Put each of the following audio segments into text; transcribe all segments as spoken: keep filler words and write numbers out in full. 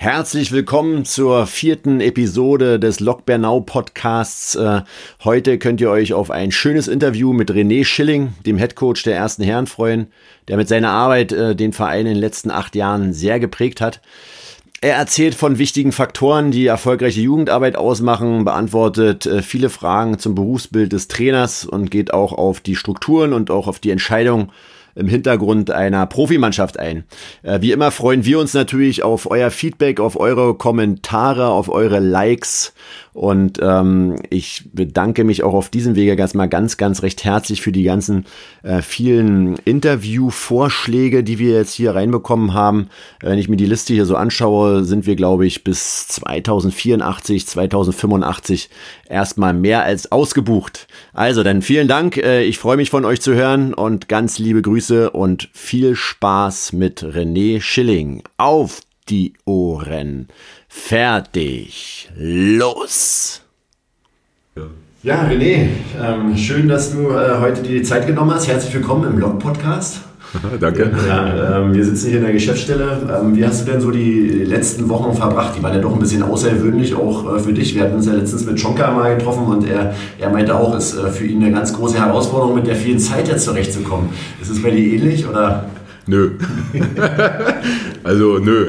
Herzlich willkommen zur vierten Episode des Lok Bernau Podcasts. Äh, heute könnt ihr euch auf ein schönes Interview mit René Schilling, dem Headcoach der ersten Herren, freuen, der mit seiner Arbeit äh, den Verein in den letzten acht Jahren sehr geprägt hat. Er erzählt von wichtigen Faktoren, die erfolgreiche Jugendarbeit ausmachen, beantwortet äh, viele Fragen zum Berufsbild des Trainers und geht auch auf die Strukturen und auch auf die Entscheidung im Hintergrund einer Profimannschaft ein. Äh, wie immer freuen wir uns natürlich auf euer Feedback, auf eure Kommentare, auf eure Likes und ähm, ich bedanke mich auch auf diesem Wege ganz mal ganz, ganz recht herzlich für die ganzen äh, vielen Interviewvorschläge, die wir jetzt hier reinbekommen haben. Wenn ich mir die Liste hier so anschaue, sind wir, glaube ich, bis zweitausendvierundachtzig, zweitausendfünfundachtzig erstmal mehr als ausgebucht. Also dann vielen Dank, äh, ich freue mich von euch zu hören und ganz liebe Grüße und viel Spaß mit René Schilling. Auf die Ohren. Fertig. Los. Ja, René, ähm, schön, dass du äh, heute dir die Zeit genommen hast. Herzlich willkommen im Lok-Podcast. Danke. Ja, ähm, wir sitzen hier in der Geschäftsstelle. Ähm, wie hast du denn so die letzten Wochen verbracht? Die waren ja doch ein bisschen außergewöhnlich, auch äh, für dich. Wir hatten uns ja letztens mit Schonka mal getroffen und er, er meinte auch, es ist äh, für ihn eine ganz große Herausforderung, mit der vielen Zeit jetzt zurechtzukommen. Ist es bei dir ähnlich, oder? Nö. also, nö.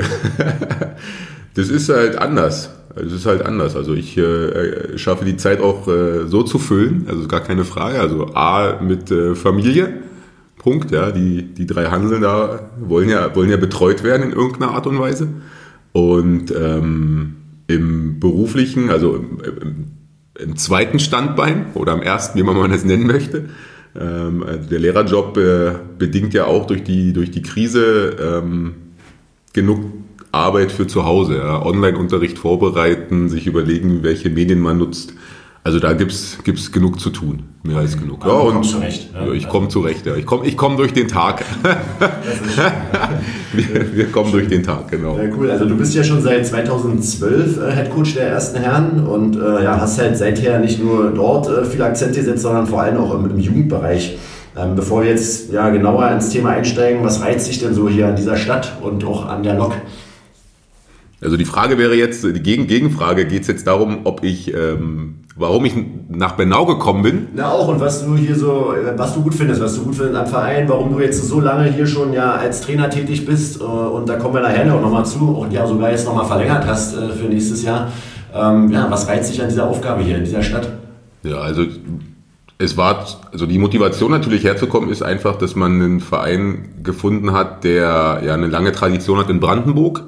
Das ist halt anders. Es ist halt anders. Also ich äh, schaffe die Zeit auch äh, so zu füllen, also gar keine Frage. Also A, mit äh, Familie. Punkt, ja, die, die drei Hanseln da wollen ja, wollen ja betreut werden in irgendeiner Art und Weise. Und ähm, im beruflichen, also im, im, im zweiten Standbein oder am ersten, wie man mal das nennen möchte, ähm, der Lehrerjob äh, bedingt ja auch durch die, durch die Krise ähm, genug Arbeit für zu Hause. Ja. Online-Unterricht vorbereiten, sich überlegen, welche Medien man nutzt. Also da gibt es genug zu tun, mehr als genug. Ja, und zurecht, ja. Ja, ich komme zurecht, ja. Ich komme ich komm durch den Tag. Das ist schön. wir, wir kommen durch den Tag, genau. Ja, cool, also du bist ja schon seit zweitausendzwölf äh, Headcoach der ersten Herren und äh, ja, hast halt seither nicht nur dort äh, viele Akzente gesetzt, sondern vor allem auch im, im Jugendbereich. Ähm, bevor wir jetzt ja, genauer ins Thema einsteigen, was reizt dich denn so hier an dieser Stadt und auch an der Lok? Also die Frage wäre jetzt, die Gegen Gegenfrage, geht es jetzt darum, ob ich, ähm, warum ich nach Bernau gekommen bin? Na auch, und was du hier so, was du gut findest, was du gut findest am Verein, warum du jetzt so lange hier schon ja als Trainer tätig bist, und da kommen wir nachher auch nochmal zu, und ja sogar jetzt nochmal verlängert hast für nächstes Jahr. Ähm, ja, was reizt dich an dieser Aufgabe hier in dieser Stadt? Ja, also es war, also die Motivation natürlich herzukommen ist einfach, dass man einen Verein gefunden hat, der ja eine lange Tradition hat in Brandenburg.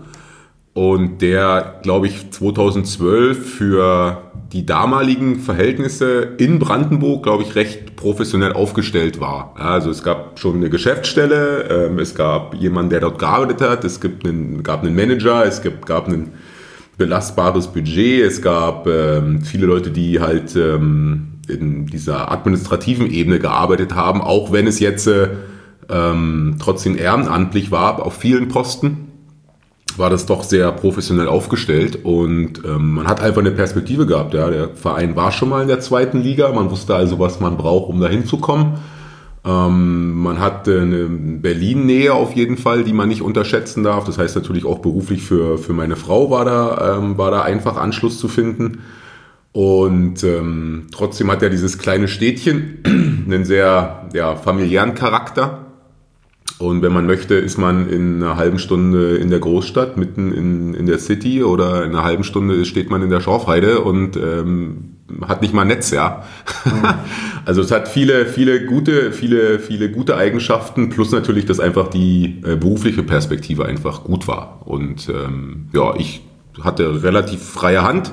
Und der, glaube ich, zweitausendzwölf für die damaligen Verhältnisse in Brandenburg, glaube ich, recht professionell aufgestellt war. Also es gab schon eine Geschäftsstelle, es gab jemanden, der dort gearbeitet hat, es gibt einen, gab einen Manager, es gab, gab ein belastbares Budget, es gab ähm, viele Leute, die halt ähm, in dieser administrativen Ebene gearbeitet haben, auch wenn es jetzt äh, ähm, trotzdem ehrenamtlich war auf vielen Posten. War das doch sehr professionell aufgestellt und ähm, man hat einfach eine Perspektive gehabt. Ja. Der Verein war schon mal in der zweiten Liga, man wusste also, was man braucht, um da hinzukommen. Ähm, man hatte eine Berlin-Nähe auf jeden Fall, die man nicht unterschätzen darf. Das heißt natürlich auch beruflich für, für meine Frau war da, ähm, war da einfach Anschluss zu finden. Und ähm, trotzdem hat ja dieses kleine Städtchen einen sehr ja, familiären Charakter. Und wenn man möchte, ist man in einer halben Stunde in der Großstadt, mitten in, in der City, oder in einer halben Stunde steht man in der Schorfheide und ähm, hat nicht mal Netz, ja. Also es hat viele, viele gute, viele, viele gute Eigenschaften, plus natürlich, dass einfach die äh, berufliche Perspektive einfach gut war. Und ähm, ja, ich hatte relativ freie Hand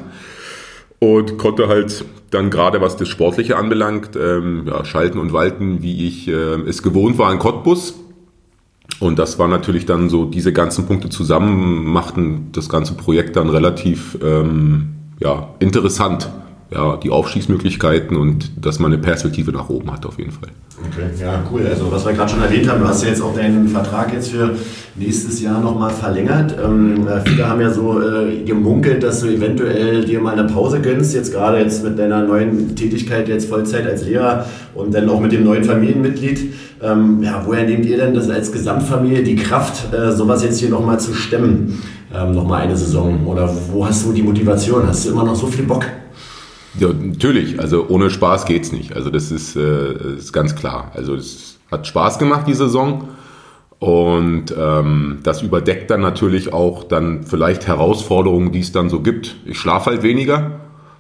und konnte halt dann gerade, was das Sportliche anbelangt, ähm, ja, schalten und walten, wie ich äh, es gewohnt war in Cottbus. Und das war natürlich dann so, diese ganzen Punkte zusammen machten das ganze Projekt dann relativ ähm, ja, interessant. Ja, die Aufstiegsmöglichkeiten und dass man eine Perspektive nach oben hat auf jeden Fall. Okay, ja, cool. Also was wir gerade schon erwähnt haben, du hast ja jetzt auch deinen Vertrag jetzt für nächstes Jahr nochmal verlängert. Ähm, viele haben ja so äh, gemunkelt, dass du eventuell dir mal eine Pause gönnst, jetzt gerade jetzt mit deiner neuen Tätigkeit jetzt Vollzeit als Lehrer und dann auch mit dem neuen Familienmitglied. Ähm, ja, woher nehmt ihr denn das als Gesamtfamilie die Kraft, äh, sowas jetzt hier nochmal zu stemmen? ähm, nochmal eine Saison? Oder wo hast du die Motivation? Hast du immer noch so viel Bock? Ja, natürlich. Also ohne Spaß geht's nicht. Also das ist, äh, ist ganz klar. Also es hat Spaß gemacht, die Saison. Und ähm, das überdeckt dann natürlich auch dann vielleicht Herausforderungen, die es dann so gibt. Ich schlafe halt weniger.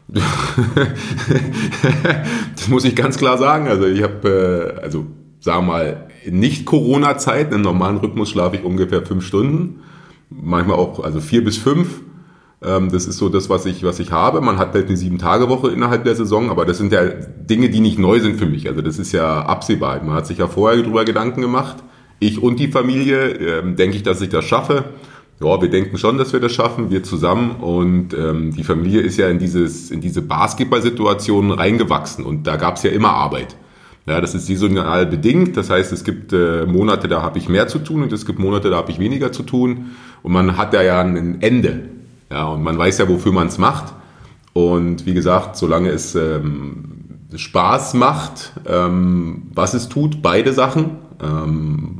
Das muss ich ganz klar sagen. Also ich habe, äh, also sagen wir mal, in Nicht-Corona-Zeiten, im normalen Rhythmus schlafe ich ungefähr fünf Stunden. Manchmal auch, also vier bis fünf. Ähm, das ist so das, was ich, was ich habe. Man hat halt eine Sieben-Tage-Woche innerhalb der Saison, aber das sind ja Dinge, die nicht neu sind für mich. Also das ist ja absehbar. Man hat sich ja vorher darüber Gedanken gemacht. Ich und die Familie, ähm, denke ich, dass ich das schaffe. Ja, wir denken schon, dass wir das schaffen, wir zusammen. Und ähm, die Familie ist ja in, dieses, in diese Basketball-Situation reingewachsen. Und da gab es ja immer Arbeit. Ja, das ist saisonal bedingt. Das heißt, es gibt äh, Monate, da habe ich mehr zu tun und es gibt Monate, da habe ich weniger zu tun. Und man hat da ja ein Ende. Ja, und man weiß ja, wofür man es macht. Und wie gesagt, solange es ähm, Spaß macht, ähm, was es tut, beide Sachen, ähm,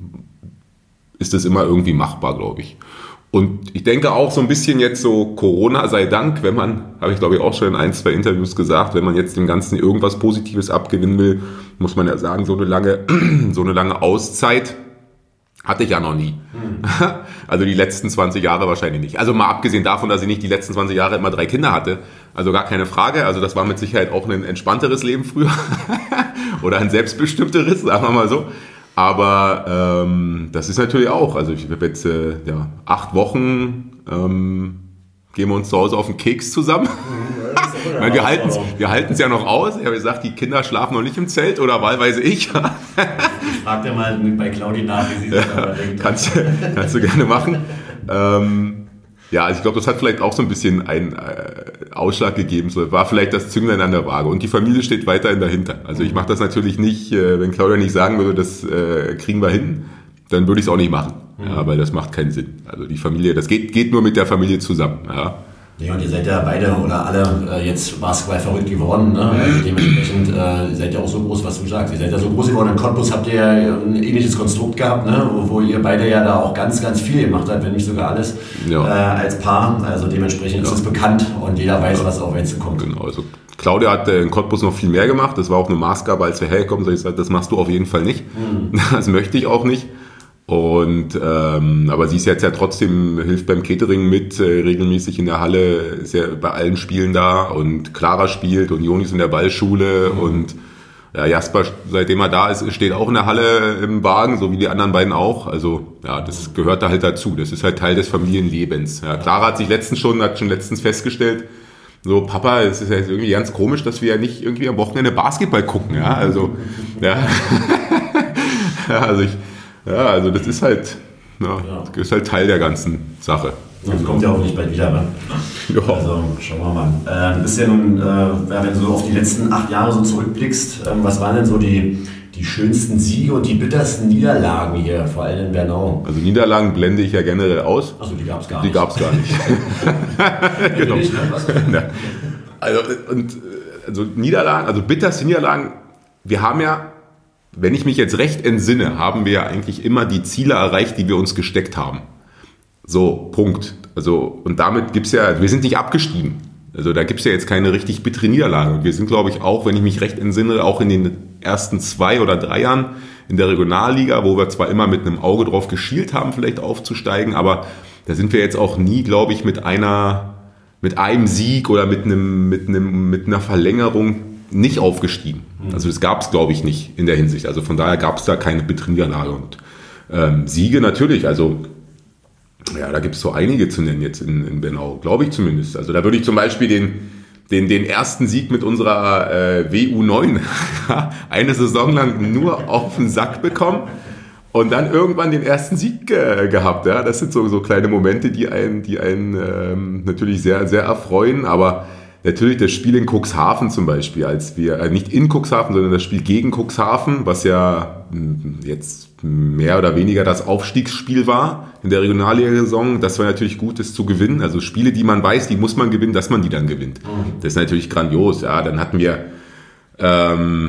ist das immer irgendwie machbar, glaube ich. Und ich denke auch so ein bisschen jetzt so Corona sei Dank, wenn man, habe ich glaube ich auch schon in ein, zwei Interviews gesagt, wenn man jetzt dem Ganzen irgendwas Positives abgewinnen will, muss man ja sagen, so eine lange, so eine lange Auszeit hatte ich ja noch nie. Mhm. Also die letzten zwanzig Jahre wahrscheinlich nicht. Also mal abgesehen davon, dass ich nicht die letzten zwanzig Jahre immer drei Kinder hatte. Also gar keine Frage. Also das war mit Sicherheit auch ein entspannteres Leben früher. Oder ein selbstbestimmteres, sagen wir mal so. Aber ähm, das ist natürlich auch. Also ich habe jetzt äh, ja, acht Wochen ähm, gehen wir uns zu Hause auf den Keks zusammen. Mhm, meine, wir halten es wir halten's ja noch aus. Ich habe gesagt, die Kinder schlafen noch nicht im Zelt oder wahlweise ich. Ich frage dir mal bei Claudi nach, wie sie sich ja, denkt. Kannst, kannst du gerne machen. Ähm, ja, also ich glaube, das hat vielleicht auch so ein bisschen einen äh, Ausschlag gegeben. So, war vielleicht das Zünglein an der Waage. Und die Familie steht weiterhin dahinter. Also ich mache das natürlich nicht, äh, wenn Claudia nicht sagen würde, das äh, kriegen wir hin, dann würde ich es auch nicht machen. Mhm. Ja, weil das macht keinen Sinn. Also die Familie, das geht, geht nur mit der Familie zusammen. Ja. Ja, und ihr seid ja beide oder alle äh, jetzt Basketball verrückt geworden. Ne? Also dementsprechend äh, seid ihr auch so groß, was du sagst. Ihr seid ja so groß geworden. In Cottbus habt ihr ja ein ähnliches Konstrukt gehabt, ne? wo, wo ihr beide ja da auch ganz, ganz viel gemacht habt, wenn nicht sogar alles, ja. äh, als Paar. Also dementsprechend ja. ist es bekannt und jeder weiß, ja. was auf uns zukommt. Genau, also Claudia hat in Cottbus noch viel mehr gemacht. Das war auch eine Maßgabe, als wir hergekommen sind. Ich gesagt, das machst du auf jeden Fall nicht. Mhm. Das möchte ich auch nicht. Und ähm, aber sie ist jetzt ja trotzdem, hilft beim Catering mit, äh, regelmäßig in der Halle, ist ja bei allen Spielen da und Clara spielt und Jonis in der Ballschule mhm. und ja, Jasper, seitdem er da ist, steht auch in der Halle im Wagen, so wie die anderen beiden auch. Also ja, das gehört da halt dazu. Das ist halt Teil des Familienlebens. Ja, Clara hat sich letztens schon, hat schon letztens festgestellt, so Papa, es ist ja irgendwie ganz komisch, dass wir ja nicht irgendwie am Wochenende Basketball gucken. Ja, also ja, ja also ich Ja, also das ist halt, ja, ja. Das ist halt Teil der ganzen Sache. Das kommt ja auch nicht bald wieder, ne? Ja. Also schauen wir mal. Ähm, bist ja nun, äh, wenn du so auf die letzten acht Jahre so zurückblickst, ähm, was waren denn so die, die schönsten Siege und die bittersten Niederlagen hier, vor allem in Bernau? Also Niederlagen blende ich ja generell aus. Achso, die gab es gar die nicht. Die gab es gar nicht. Genau. Nicht, ne? Was? Ja. Also, und, also Niederlagen, also bitterste Niederlagen, wir haben ja, wenn ich mich jetzt recht entsinne, haben wir ja eigentlich immer die Ziele erreicht, die wir uns gesteckt haben. So, Punkt. Also, und damit gibt's ja, wir sind nicht abgestiegen. Also da gibt's ja jetzt keine richtig bittere Niederlage. Und wir sind, glaube ich, auch, wenn ich mich recht entsinne, auch in den ersten zwei oder drei Jahren in der Regionalliga, wo wir zwar immer mit einem Auge drauf geschielt haben, vielleicht aufzusteigen, aber da sind wir jetzt auch nie, glaube ich, mit einer, mit einem Sieg oder mit einem, mit einem, mit einer Verlängerung nicht aufgestiegen. Also das gab es, glaube ich, nicht in der Hinsicht. Also von daher gab es da keine bittere Niederlage. Und ähm, Siege natürlich, also ja, da gibt es so einige zu nennen jetzt in, in Bernau, glaube ich zumindest. Also da würde ich zum Beispiel den, den, den ersten Sieg mit unserer äh, W U neun eine Saison lang nur auf den Sack bekommen und dann irgendwann den ersten Sieg äh, gehabt. Ja? Das sind so, so kleine Momente, die einen, die einen ähm, natürlich sehr, sehr erfreuen, aber natürlich das Spiel in Cuxhaven zum Beispiel, als wir, äh, nicht in Cuxhaven, sondern das Spiel gegen Cuxhaven, was ja mh, jetzt mehr oder weniger das Aufstiegsspiel war in der Regionalliga-Saison, das war natürlich gut, das zu gewinnen. Also Spiele, die man weiß, die muss man gewinnen, dass man die dann gewinnt. Mhm. Das ist natürlich grandios. Ja, dann hatten wir, ähm,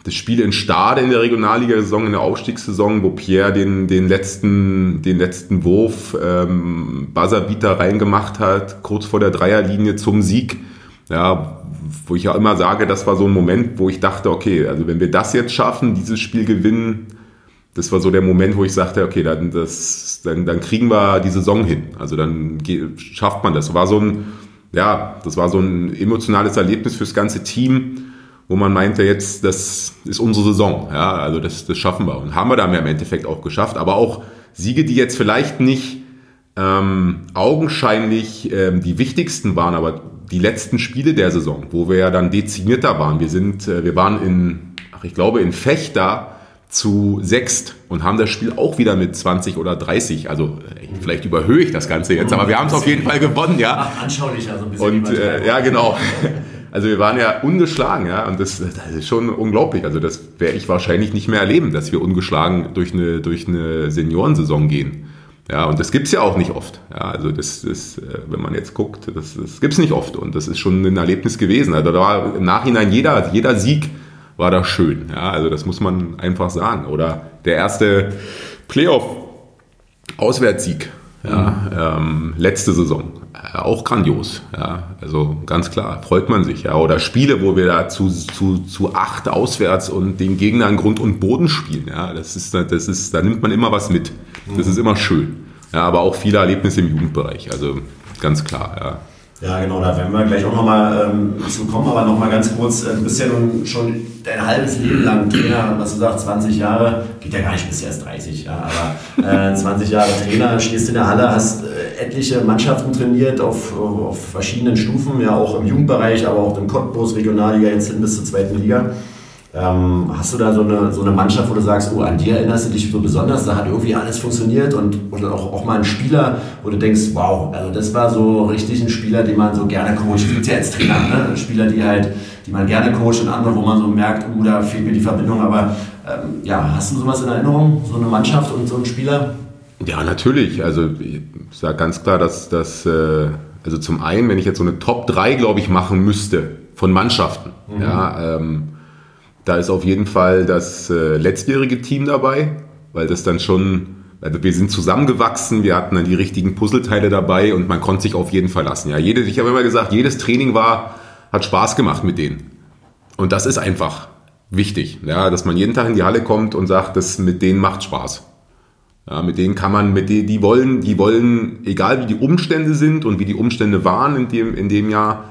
das Spiel in Stade in der Regionalliga-Saison, in der Aufstiegssaison, wo Pierre den, den, letzten, den letzten Wurf, ähm, Buzzerbeater reingemacht hat, kurz vor der Dreierlinie zum Sieg. Ja, wo ich ja immer sage, das war so ein Moment, wo ich dachte, okay, also wenn wir das jetzt schaffen, dieses Spiel gewinnen, das war so der Moment, wo ich sagte, okay, dann, das, dann, dann kriegen wir die Saison hin. Also dann geht, schafft man das. War so ein, ja, das war so ein emotionales Erlebnis fürs ganze Team, wo man meinte, jetzt, das ist unsere Saison. Ja, also das, das schaffen wir. Und haben wir dann ja im Endeffekt auch geschafft. Aber auch Siege, die jetzt vielleicht nicht ähm, augenscheinlich ähm, die wichtigsten waren, aber die letzten Spiele der Saison, wo wir ja dann dezimierter waren. Wir sind, äh, wir waren in, ach, ich glaube, in Fechter zu sechst und haben das Spiel auch wieder mit zwanzig oder dreißig, also vielleicht überhöhe ich das Ganze jetzt, aber wir haben es auf jeden Fall gewonnen, ja. Ach, anschaulicher, so ein bisschen. Und äh, ja, genau. Also wir waren ja ungeschlagen, ja, und das, das ist schon unglaublich. Also das werde ich wahrscheinlich nicht mehr erleben, dass wir ungeschlagen durch eine, durch eine Seniorensaison gehen. Ja, und das gibt's ja auch nicht oft. Ja, also das, das, wenn man jetzt guckt, das, das gibt's nicht oft und das ist schon ein Erlebnis gewesen. Also da war im Nachhinein jeder, jeder Sieg war da schön. Ja, also das muss man einfach sagen. Oder der erste Playoff-Auswärtssieg, ja, ähm, letzte Saison, äh, auch grandios. Ja, also ganz klar, freut man sich. Ja, oder Spiele, wo wir da zu, zu, zu acht auswärts und den Gegnern Grund und Boden spielen. Ja, das ist, das ist, da nimmt man immer was mit. Das ist immer schön. Ja, aber auch viele Erlebnisse im Jugendbereich. Also ganz klar. Ja. Ja, genau, da werden wir gleich auch nochmal ähm, zu kommen, aber nochmal ganz kurz, äh, du bist ja nun schon dein halbes Leben lang Trainer, was du sagst, zwanzig Jahre, geht ja gar nicht bis erst dreißig, ja, aber äh, zwanzig Jahre Trainer, stehst in der Halle, hast äh, etliche Mannschaften trainiert auf, auf verschiedenen Stufen, ja auch im Jugendbereich, aber auch im Cottbus, Regionalliga, jetzt hin bis zur zweiten Liga. Ähm, hast du da so eine, so eine Mannschaft, wo du sagst, oh, an die erinnerst du dich so besonders, da hat irgendwie alles funktioniert und oder auch, auch mal ein Spieler, wo du denkst, wow, also das war so richtig ein Spieler, den man so gerne coacht. Es gibt ja als Trainer, ne? Spieler, die halt, die man gerne coacht und andere, wo man so merkt, oh, da fehlt mir die Verbindung, aber ähm, ja, hast du sowas in Erinnerung, so eine Mannschaft und so einen Spieler? Ja, natürlich, also ich sage ganz klar, dass das, äh, also zum einen, wenn ich jetzt so eine Top drei, glaube ich, machen müsste von Mannschaften, mhm. ja, ähm, da ist auf jeden Fall das äh, letztjährige Team dabei, weil das dann schon, also wir sind zusammengewachsen, wir hatten dann die richtigen Puzzleteile dabei und man konnte sich auf jeden Fall lassen. Ja, jede, ich habe immer gesagt, jedes Training war, hat Spaß gemacht mit denen. Und das ist einfach wichtig, ja, dass man jeden Tag in die Halle kommt und sagt, das mit denen macht Spaß. Ja, mit denen kann man, mit denen, die wollen, die wollen, egal wie die Umstände sind und wie die Umstände waren in dem, in dem Jahr,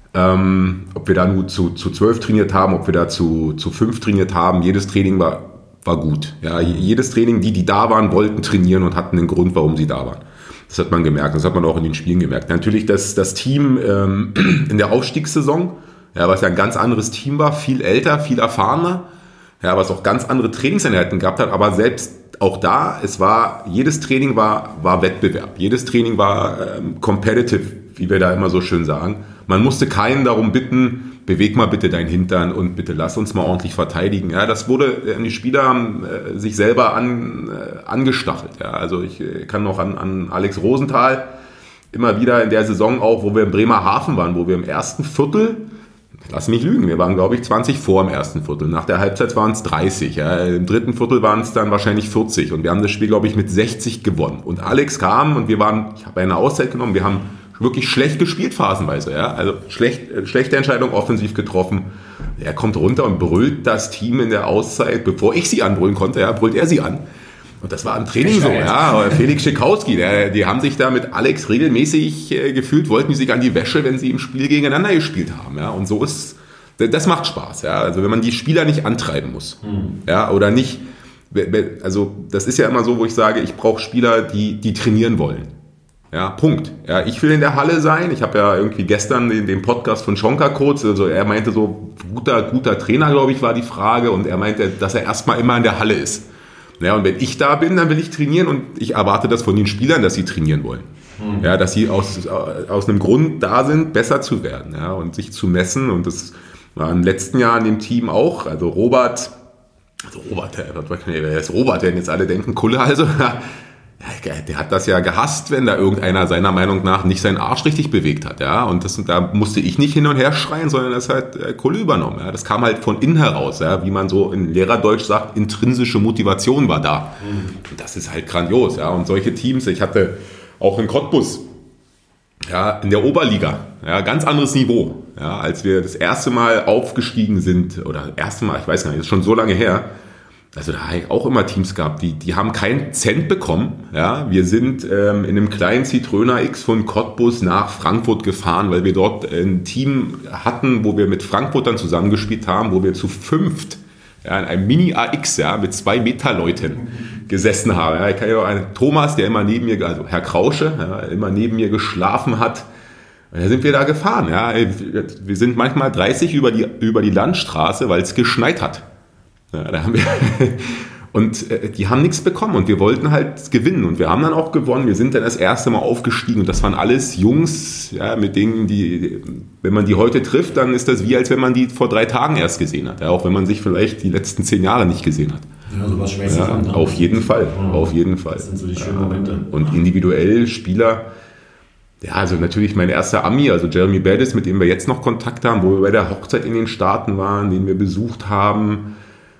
Ähm, ob wir da nur zu, zu zwölf trainiert haben, ob wir da zu, zu fünf trainiert haben, jedes Training war, war gut. Ja, jedes Training, die, die da waren, wollten trainieren und hatten einen Grund, warum sie da waren. Das hat man gemerkt, das hat man auch in den Spielen gemerkt. Natürlich das, das Team ähm, in der Aufstiegssaison, ja, was ja ein ganz anderes Team war, viel älter, viel erfahrener, ja, was auch ganz andere Trainingseinheiten gehabt hat, aber selbst auch da, es war, jedes Training war, war Wettbewerb, jedes Training war ähm, competitive, wie wir da immer so schön sagen. Man musste keinen darum bitten, beweg mal bitte deinen Hintern und bitte lass uns mal ordentlich verteidigen. Ja, das wurde, die Spieler haben äh, sich selber an, äh, angestachelt. Ja, also ich äh, kann noch an, an Alex Rosenthal immer wieder in der Saison auch, wo wir in Bremerhaven waren, wo wir im ersten Viertel, lass mich lügen, wir waren glaube ich zwanzig vor im ersten Viertel. Nach der Halbzeit waren es dreißig. Ja, im dritten Viertel waren es dann wahrscheinlich vierzig und wir haben das Spiel glaube ich mit sechzig gewonnen. Und Alex kam und wir waren, ich habe eine Auszeit genommen, wir haben wirklich schlecht gespielt phasenweise, ja, also schlecht, schlechte Entscheidung offensiv getroffen. Er kommt runter und brüllt das Team in der Auszeit, bevor ich sie anbrüllen konnte, ja, brüllt er sie an. Und das war im Training so, ja. Felix Schikowski, der, die haben sich da mit Alex regelmäßig äh, gefühlt, wollten die sich an die Wäsche, wenn sie im Spiel gegeneinander gespielt haben, ja. Und so ist, das macht Spaß, ja. Also wenn man die Spieler nicht antreiben muss, mhm. ja, oder nicht, also das ist ja immer so, wo ich sage, ich brauche Spieler, die, die trainieren wollen. Ja, Punkt. Ja, ich will in der Halle sein. Ich habe ja irgendwie gestern den, den Podcast von Schonka kurz, also er meinte so, guter, guter Trainer, glaube ich, war die Frage und er meinte, dass er erstmal immer in der Halle ist. Ja, und wenn ich da bin, dann will ich trainieren und ich erwarte das von den Spielern, dass sie trainieren wollen. Mhm. Ja, dass sie aus, aus einem Grund da sind, besser zu werden, ja, und sich zu messen und das war im letzten Jahr in dem Team auch, also Robert, also Robert, wer ist Robert, werden jetzt alle denken, Kulle also, ja, der hat das ja gehasst, wenn da irgendeiner seiner Meinung nach nicht seinen Arsch richtig bewegt hat, ja, und das, da musste ich nicht hin und her schreien, sondern das hat äh, Kolle übernommen, ja, das kam halt von innen heraus, ja, wie man so in Lehrerdeutsch sagt, intrinsische Motivation war da. Mhm. Und das ist halt grandios, ja, und solche Teams, ich hatte auch in Cottbus, ja, in der Oberliga, ja, ganz anderes Niveau, ja, als wir das erste Mal aufgestiegen sind, oder erste Mal, ich weiß gar nicht, das ist schon so lange her. Also da habe ich auch immer Teams gehabt, die, die haben keinen Cent bekommen. Ja, wir sind ähm, in einem kleinen Citroën X von Cottbus nach Frankfurt gefahren, weil wir dort ein Team hatten, wo wir mit Frankfurt dann zusammengespielt haben, wo wir zu fünft, ja, in einem Mini-A X, ja, mit zwei Meter-Leuten gesessen haben. Ja, ich kann ja auch einen Thomas, der immer neben mir, also Herr Krausche, ja, immer neben mir geschlafen hat. Da sind wir da gefahren. Ja. Wir sind manchmal dreißig über die, über die Landstraße, weil es geschneit hat. Ja, da haben wir und äh, die haben nichts bekommen und wir wollten halt gewinnen und wir haben dann auch gewonnen. Wir sind dann das erste Mal aufgestiegen und das waren alles Jungs, ja, mit denen, die, wenn man die heute trifft, dann ist das wie, als wenn man die vor drei Tagen erst gesehen hat, ja, auch wenn man sich vielleicht die letzten zehn Jahre nicht gesehen hat. Ja, sowas schmeckt ja, an, ne? Auf jeden Fall, ja. auf jeden Fall. Das sind so die schönen Momente. Und individuell Spieler, ja, also natürlich mein erster Ami, also Jeremy Bettis, mit dem wir jetzt noch Kontakt haben, wo wir bei der Hochzeit in den Staaten waren, den wir besucht haben.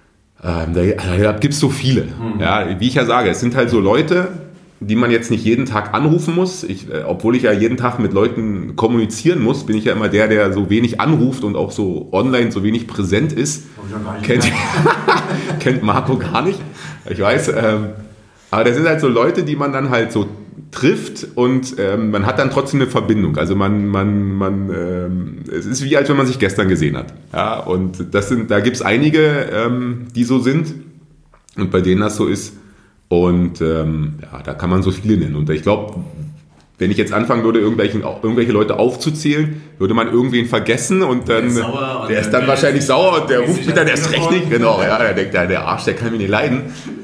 Ähm, da also da gibt es so viele. Mhm. Ja, wie ich ja sage, es sind halt so Leute, die man jetzt nicht jeden Tag anrufen muss. Ich, äh, obwohl ich ja jeden Tag mit Leuten kommunizieren muss, bin ich ja immer der, der so wenig anruft und auch so online so wenig präsent ist. Kennt, kennt Marco gar nicht. Ich weiß. Ähm, aber das sind halt so Leute, die man dann halt so trifft und ähm, man hat dann trotzdem eine Verbindung. Also man, man, man, ähm, es ist wie, als wenn man sich gestern gesehen hat. Ja, und das sind, da gibt es einige, ähm, die so sind und bei denen das so ist. Und ähm, ja, da kann man so viele nennen. Und ich glaube, wenn ich jetzt anfangen würde, irgendwelchen, irgendwelche Leute aufzuzählen, würde man irgendwen vergessen und dann, der ist, und der ist dann wahrscheinlich sauer und der ruft mich dann erst recht nicht. Genau, ja, der denkt, der Arsch, der kann mich nicht leiden.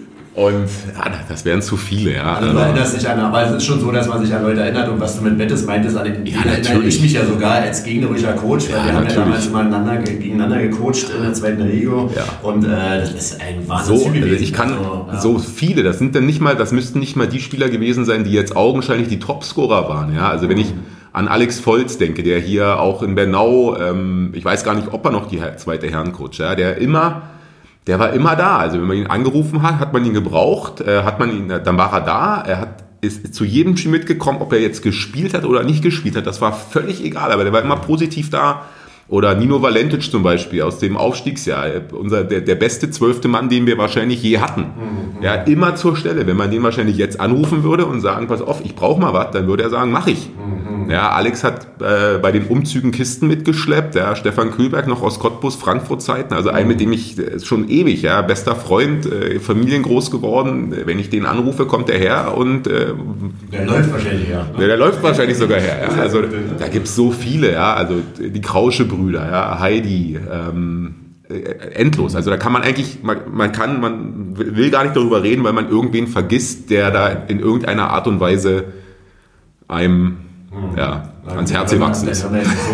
Und ja, das wären zu viele, ja. Also du erinnerst dich an, aber es ist schon so, dass man sich an Leute erinnert und was du mit Bettis meintest, an den, ja, erinnere ich mich ja sogar als gegnerischer Coach, weil ja, wir haben ja damals immer einander, gegeneinander gecoacht in der zweiten Regio ja. und äh, das ist ein Wahnsinn. So, also ich kann also, ja. so viele, das sind dann nicht mal, das müssten nicht mal die Spieler gewesen sein, die jetzt augenscheinlich die Topscorer waren, ja. Also wenn ich an Alex Volz denke, der hier auch in Bernau, ähm, ich weiß gar nicht, ob er noch die zweite Herrencoach, ja, der immer Der war immer da. Also wenn man ihn angerufen hat, hat man ihn gebraucht, äh, hat man ihn, dann war er da. Er hat, ist zu jedem Spiel mitgekommen, ob er jetzt gespielt hat oder nicht gespielt hat. Das war völlig egal, aber der war immer positiv da. Oder Nino Valentic zum Beispiel aus dem Aufstiegsjahr, unser, der, der beste zwölfte Mann, den wir wahrscheinlich je hatten. Mhm. Ja, immer zur Stelle. Wenn man den wahrscheinlich jetzt anrufen würde und sagen, pass auf, ich brauche mal was, dann würde er sagen, mach ich. Mhm. Ja, Alex hat äh, bei den Umzügen Kisten mitgeschleppt, ja, Stefan Kühlberg noch aus Cottbus, Frankfurt-Zeiten, also ein, mit dem ich schon ewig, ja, bester Freund, äh, familiengroß geworden. Wenn ich den anrufe, kommt er her und äh, der läuft wahrscheinlich her. Der, der läuft wahrscheinlich sogar her. Ja. Also da gibt es so viele, ja, also die Krausche Brüder, ja, Heidi, ähm, endlos. Also da kann man eigentlich, man, man kann, man will gar nicht darüber reden, weil man irgendwen vergisst, der da in irgendeiner Art und Weise einem hm. ja, ans Herz gewachsen ist.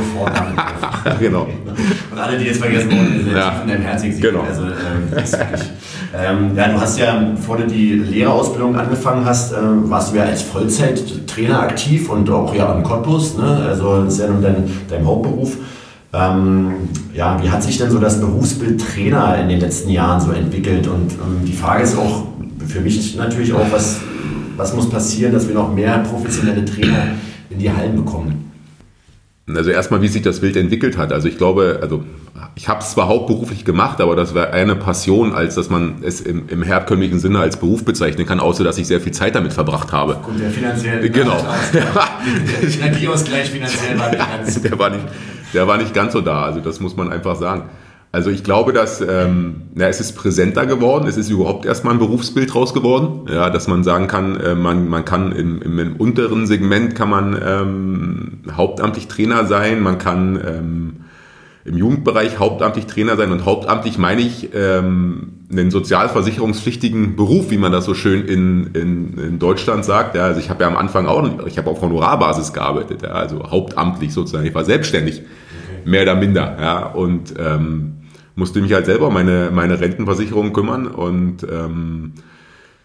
Genau. Und alle, die jetzt vergessen wurden, sind ja. tief in deinem Herz gesehen. Genau. Also, ähm, das ist wirklich, ähm, ja, du hast ja, bevor du die Lehrerausbildung angefangen hast, ähm, warst du ja als Vollzeittrainer aktiv und auch ja in Cottbus, ne? Also das ist ja nun dein, dein Hauptberuf. Ähm, ja, wie hat sich denn so das Berufsbild Trainer in den letzten Jahren so entwickelt? Und ähm, die Frage ist auch für mich natürlich auch, was, was muss passieren, dass wir noch mehr professionelle Trainer in die Hallen bekommen? Also erstmal, wie sich das Bild entwickelt hat. Also ich glaube, also ich habe es zwar hauptberuflich gemacht, aber das war eine Passion, als dass man es im, im herkömmlichen Sinne als Beruf bezeichnen kann, außer dass ich sehr viel Zeit damit verbracht habe. Gut, der finanzielle genau. Der Energieausgleich finanziell war nicht ganz. Der war nicht, der war nicht ganz so da. Also das muss man einfach sagen. Also ich glaube, dass ähm, na, es ist präsenter geworden, es ist überhaupt erstmal ein Berufsbild raus geworden, ja, dass man sagen kann, äh, man, man kann im, im, im unteren Segment kann man ähm, hauptamtlich Trainer sein, man kann ähm, im Jugendbereich hauptamtlich Trainer sein und hauptamtlich meine ich ähm, einen sozialversicherungspflichtigen Beruf, wie man das so schön in, in, in Deutschland sagt. Ja, also ich habe ja am Anfang auch, ich habe auf Honorarbasis gearbeitet, ja, also hauptamtlich sozusagen, ich war selbstständig, okay. Mehr oder minder, ja, und ähm, musste mich halt selber um meine, meine Rentenversicherung kümmern und ähm,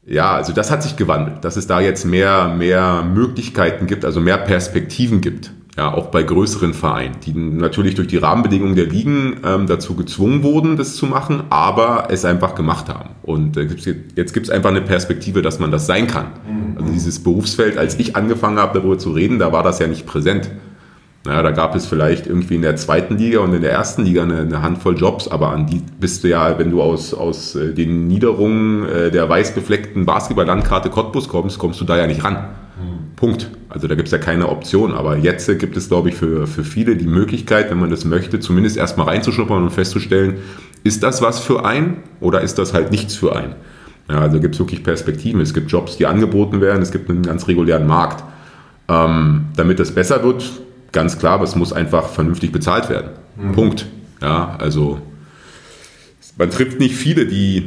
Ja, also das hat sich gewandelt, dass es da jetzt mehr, mehr Möglichkeiten gibt, also mehr Perspektiven gibt. Ja, auch bei größeren Vereinen, die natürlich durch die Rahmenbedingungen der Ligen ähm, dazu gezwungen wurden, das zu machen, aber es einfach gemacht haben. Und äh, jetzt gibt es einfach eine Perspektive, dass man das sein kann. Mhm. Also dieses Berufsfeld, als ich angefangen habe, darüber zu reden, da war das ja nicht präsent. Naja, da gab es vielleicht irgendwie in der zweiten Liga und in der ersten Liga eine, eine Handvoll Jobs, aber an die bist du ja, wenn du aus, aus äh, den Niederungen äh, der weißbefleckten Basketball-Landkarte Cottbus kommst, kommst du da ja nicht ran. Mhm. Punkt. Also da gibt es ja keine Option, aber jetzt gibt es, glaube ich, für, für viele die Möglichkeit, wenn man das möchte, zumindest erstmal reinzuschnuppern und festzustellen, ist das was für einen oder ist das halt nichts für einen? Ja, also gibt es wirklich Perspektiven, es gibt Jobs, die angeboten werden, es gibt einen ganz regulären Markt. Ähm, damit das besser wird, ganz klar, aber es muss einfach vernünftig bezahlt werden. Mhm. Punkt. Ja, also man trifft nicht viele, die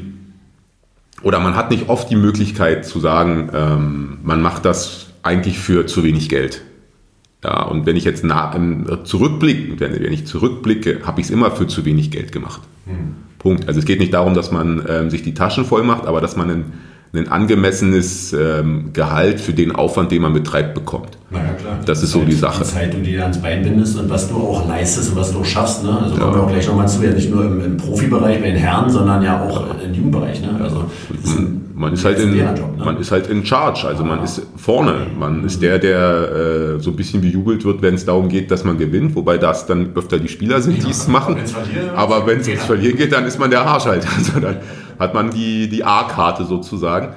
oder man hat nicht oft die Möglichkeit zu sagen, ähm, man macht das eigentlich für zu wenig Geld. Ja, und wenn ich jetzt nah, ähm, zurückblicke, wenn, wenn ich zurückblicke, habe ich es immer für zu wenig Geld gemacht. Mhm. Punkt. Also es geht nicht darum, dass man ähm, sich die Taschen voll macht, aber dass man ein, ein angemessenes ähm, Gehalt für den Aufwand, den man betreibt, bekommt. Na ja, klar. Das ist so die Sache. Die Zeit, die du dir ans Bein bindest und was du auch leistest und was du auch schaffst. Ne? Also ja. Kommen wir auch gleich nochmal zu, ja nicht nur im, im Profibereich bei den Herren, sondern ja auch im Jugendbereich. Ne? Also man ist halt in, Job, ne? man ist halt in charge, also man ist vorne. Man ist der, der äh, so ein bisschen bejubelt wird, wenn es darum geht, dass man gewinnt, wobei das dann öfter die Spieler sind, die es machen. Aber wenn es ums Verlieren geht, dann ist man der Arsch halt. Also dann hat man die, die A-Karte sozusagen.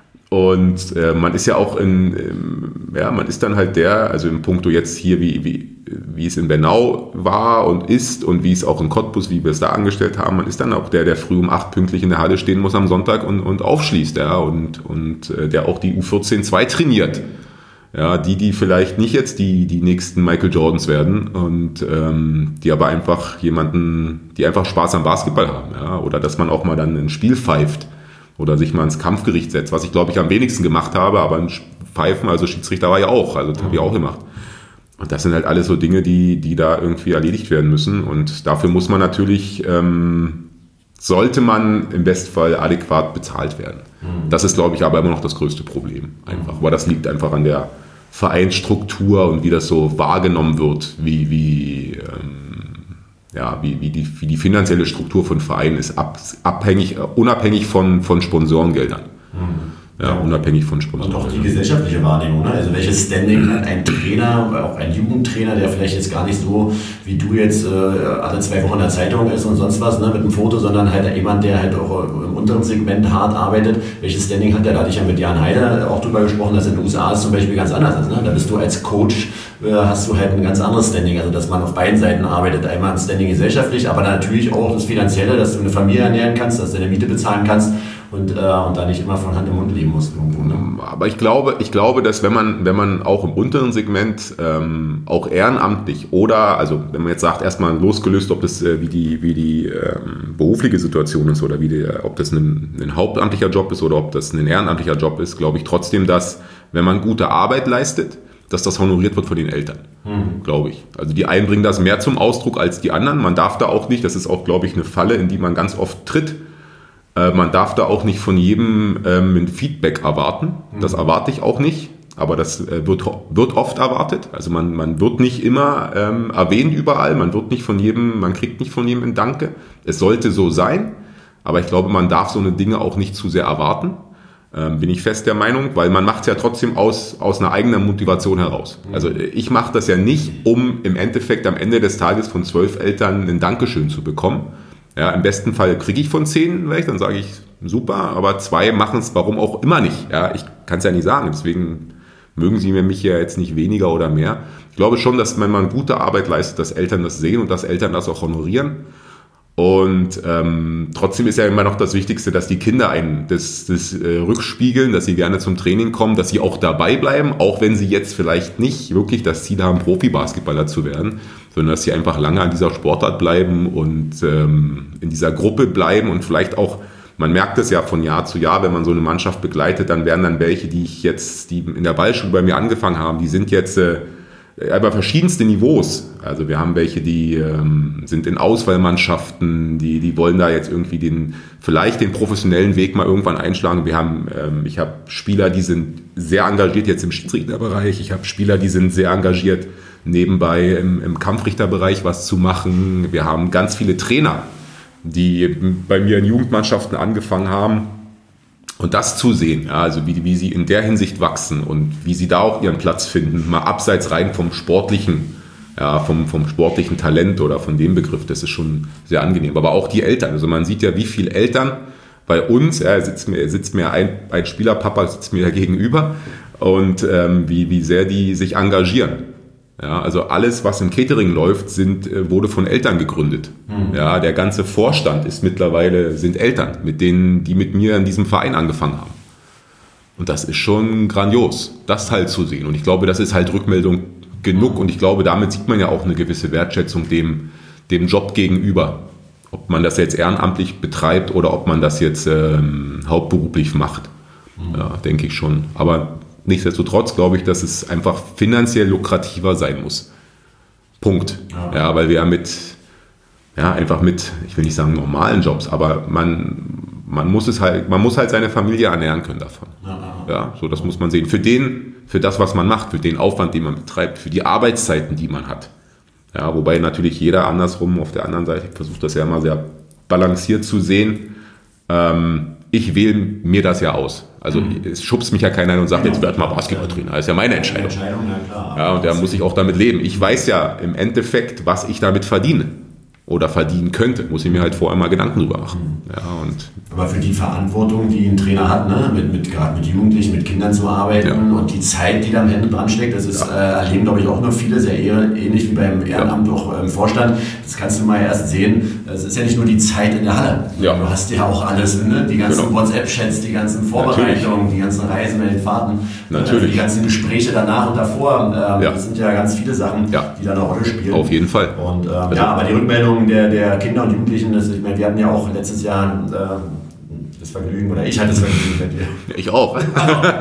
Und äh, man ist ja auch in, ähm, ja, man ist dann halt der, also im Punkto jetzt hier, wie, wie, wie es in Bernau war und ist und wie es auch in Cottbus, wie wir es da angestellt haben, man ist dann auch der, der früh um acht pünktlich in der Halle stehen muss am Sonntag und, und aufschließt, ja, und, und äh, der auch die U vierzehn zwei trainiert. Ja, die, die vielleicht nicht jetzt die, die nächsten Michael Jordans werden und ähm, die aber einfach jemanden, die einfach Spaß am Basketball haben, ja, oder dass man auch mal dann ein Spiel pfeift. Oder sich mal ins Kampfgericht setzt, was ich glaube ich am wenigsten gemacht habe, aber ein Pfeifen, also Schiedsrichter war ja auch, also das habe ich auch gemacht. Und das sind halt alles so Dinge, die, die da irgendwie erledigt werden müssen und dafür muss man natürlich, ähm, sollte man im Bestfall adäquat bezahlt werden. Mhm. Das ist glaube ich aber immer noch das größte Problem einfach, aber das liegt einfach an der Vereinsstruktur und wie das so wahrgenommen wird, wie, wie ähm, Ja, wie, wie, die, wie die finanzielle Struktur von Vereinen ist, ab, abhängig, unabhängig von, von Sponsorengeldern. Mhm. Ja, unabhängig von Sponsoren. Und auch die gesellschaftliche Wahrnehmung. Ne? Also welches Standing hat ein Trainer, auch ein Jugendtrainer, der vielleicht jetzt gar nicht so wie du jetzt äh, alle zwei Wochen in der Zeitung ist und sonst was, ne, mit einem Foto, sondern halt jemand, der halt auch im unteren Segment hart arbeitet. Welches Standing hat der? Da hatte ich ja mit Jan Heide auch drüber gesprochen, dass in den U S A es zum Beispiel ganz anders ist. Ne? Da bist du als Coach, äh, hast du halt ein ganz anderes Standing. Also dass man auf beiden Seiten arbeitet. Einmal ein Standing gesellschaftlich, aber dann natürlich auch das Finanzielle, dass du eine Familie ernähren kannst, dass du deine Miete bezahlen kannst. Und, äh, und da nicht immer von Hand im Mund leben muss. Irgendwo, ne? Aber ich glaube, ich glaube, dass wenn man, wenn man auch im unteren Segment ähm, auch ehrenamtlich oder, also wenn man jetzt sagt, erstmal losgelöst, ob das äh, wie die, wie die ähm, berufliche Situation ist oder wie die, ob das ein, ein hauptamtlicher Job ist oder ob das ein ehrenamtlicher Job ist, glaube ich trotzdem, dass wenn man gute Arbeit leistet, dass das honoriert wird von den Eltern, mhm. glaube ich. Also die einen bringen das mehr zum Ausdruck als die anderen. Man darf da auch nicht, das ist auch, glaube ich, eine Falle, in die man ganz oft tritt. Man darf da auch nicht von jedem ähm, ein Feedback erwarten. Das erwarte ich auch nicht, aber das äh, wird, wird oft erwartet. Also man, man wird nicht immer ähm, erwähnt überall, man wird nicht von jedem, man kriegt nicht von jedem ein Danke. Es sollte so sein, aber ich glaube, man darf so eine Dinge auch nicht zu sehr erwarten. Ähm, bin ich fest der Meinung, weil man macht es ja trotzdem aus, aus einer eigenen Motivation heraus. Also ich mache das ja nicht, um im Endeffekt am Ende des Tages von zwölf Eltern ein Dankeschön zu bekommen. Ja, im besten Fall kriege ich von zehn weg, dann sage ich super, aber zwei machen es warum auch immer nicht. Ja, ich kann es ja nicht sagen, deswegen mögen sie mich ja jetzt nicht weniger oder mehr. Ich glaube schon, dass wenn man gute Arbeit leistet, dass Eltern das sehen und dass Eltern das auch honorieren. Und ähm, trotzdem ist ja immer noch das Wichtigste, dass die Kinder einen das, das äh, rückspiegeln, dass sie gerne zum Training kommen, dass sie auch dabei bleiben, auch wenn sie jetzt vielleicht nicht wirklich das Ziel haben, Profi-Basketballer zu werden, sondern dass sie einfach lange an dieser Sportart bleiben und ähm, in dieser Gruppe bleiben und vielleicht auch, man merkt es ja von Jahr zu Jahr, wenn man so eine Mannschaft begleitet, dann werden dann welche, die ich jetzt, die in der Ballschule bei mir angefangen haben, die sind jetzt äh, aber verschiedenste Niveaus. Also wir haben welche, die ähm, sind in Auswahlmannschaften, die, die wollen da jetzt irgendwie den, vielleicht den professionellen Weg mal irgendwann einschlagen. Wir haben, ähm, ich habe Spieler, die sind sehr engagiert jetzt im Schiedsrichterbereich. Ich habe Spieler, die sind sehr engagiert nebenbei im, im Kampfrichterbereich was zu machen. Wir haben ganz viele Trainer, die bei mir in Jugendmannschaften angefangen haben. Und das zu sehen, ja, also wie, wie sie in der Hinsicht wachsen und wie sie da auch ihren Platz finden, mal abseits rein vom sportlichen, ja, vom, vom sportlichen Talent oder von dem Begriff, das ist schon sehr angenehm. Aber auch die Eltern, also man sieht ja, wie viele Eltern bei uns, ja, sitzt mir, sitzt mir ein, ein Spielerpapa sitzt mir da gegenüber und ähm, wie, wie sehr die sich engagieren. Ja, also alles, was im Catering läuft, sind, wurde von Eltern gegründet. Mhm. Ja, der ganze Vorstand ist mittlerweile, sind Eltern, mit denen, die mit mir in diesem Verein angefangen haben. Und das ist schon grandios, das halt zu sehen. Und ich glaube, das ist halt Rückmeldung genug. Und ich glaube, damit sieht man ja auch eine gewisse Wertschätzung dem, dem Job gegenüber. Ob man das jetzt ehrenamtlich betreibt oder ob man das jetzt ähm, hauptberuflich macht. Mhm. Ja, denke ich schon. Aber nichtsdestotrotz glaube ich, dass es einfach finanziell lukrativer sein muss. Punkt. Ja, ja, weil wir ja mit, ja, einfach mit, ich will nicht sagen normalen Jobs, aber man, man muss es halt, man muss halt seine Familie ernähren können davon. Ja, ja, so das muss man sehen. Für den, für das, was man macht, für den Aufwand, den man betreibt, für die Arbeitszeiten, die man hat. Ja, wobei natürlich jeder andersrum auf der anderen Seite, ich versuche das ja immer sehr balanciert zu sehen. Ähm, ich wähle mir das ja aus. Also mhm. es schubst mich ja keiner und sagt, genau. Jetzt werd mal Basketballtrainer. Das ist ja meine Entscheidung. Entscheidung ja, klar. Ja, und da muss ich auch damit leben. Ich weiß ja im Endeffekt, was ich damit verdiene oder verdienen könnte. Muss ich mir halt vorher mal Gedanken drüber machen. Mhm. Ja, und aber für die Verantwortung, die ein Trainer hat, ne? mit, mit, gerade mit Jugendlichen, mit Kindern zu arbeiten ja. und die Zeit, die da am Ende dran steckt, das ist, ja. äh, erleben, glaube ich, auch nur viele, sehr ähnlich wie beim Ehrenamt ja. auch im Vorstand. Das kannst du mal erst sehen. Es ist ja nicht nur die Zeit in der Halle. Ja. Du hast ja auch alles, ne? Die ganzen genau. WhatsApp-Chats, die ganzen Vorbereitungen, Natürlich. die ganzen Reisen bei den Fahrten, Natürlich. die ganzen Gespräche danach und davor. Ähm, ja. Das sind ja ganz viele Sachen, ja. die da eine Rolle spielen. Auf jeden Fall. Und, ähm, also, ja, aber die Rückmeldungen der, der Kinder und Jugendlichen, das, ich meine, wir hatten ja auch letztes Jahr äh, das Vergnügen, oder ich hatte das Vergnügen mit dir. Ich auch. Okay,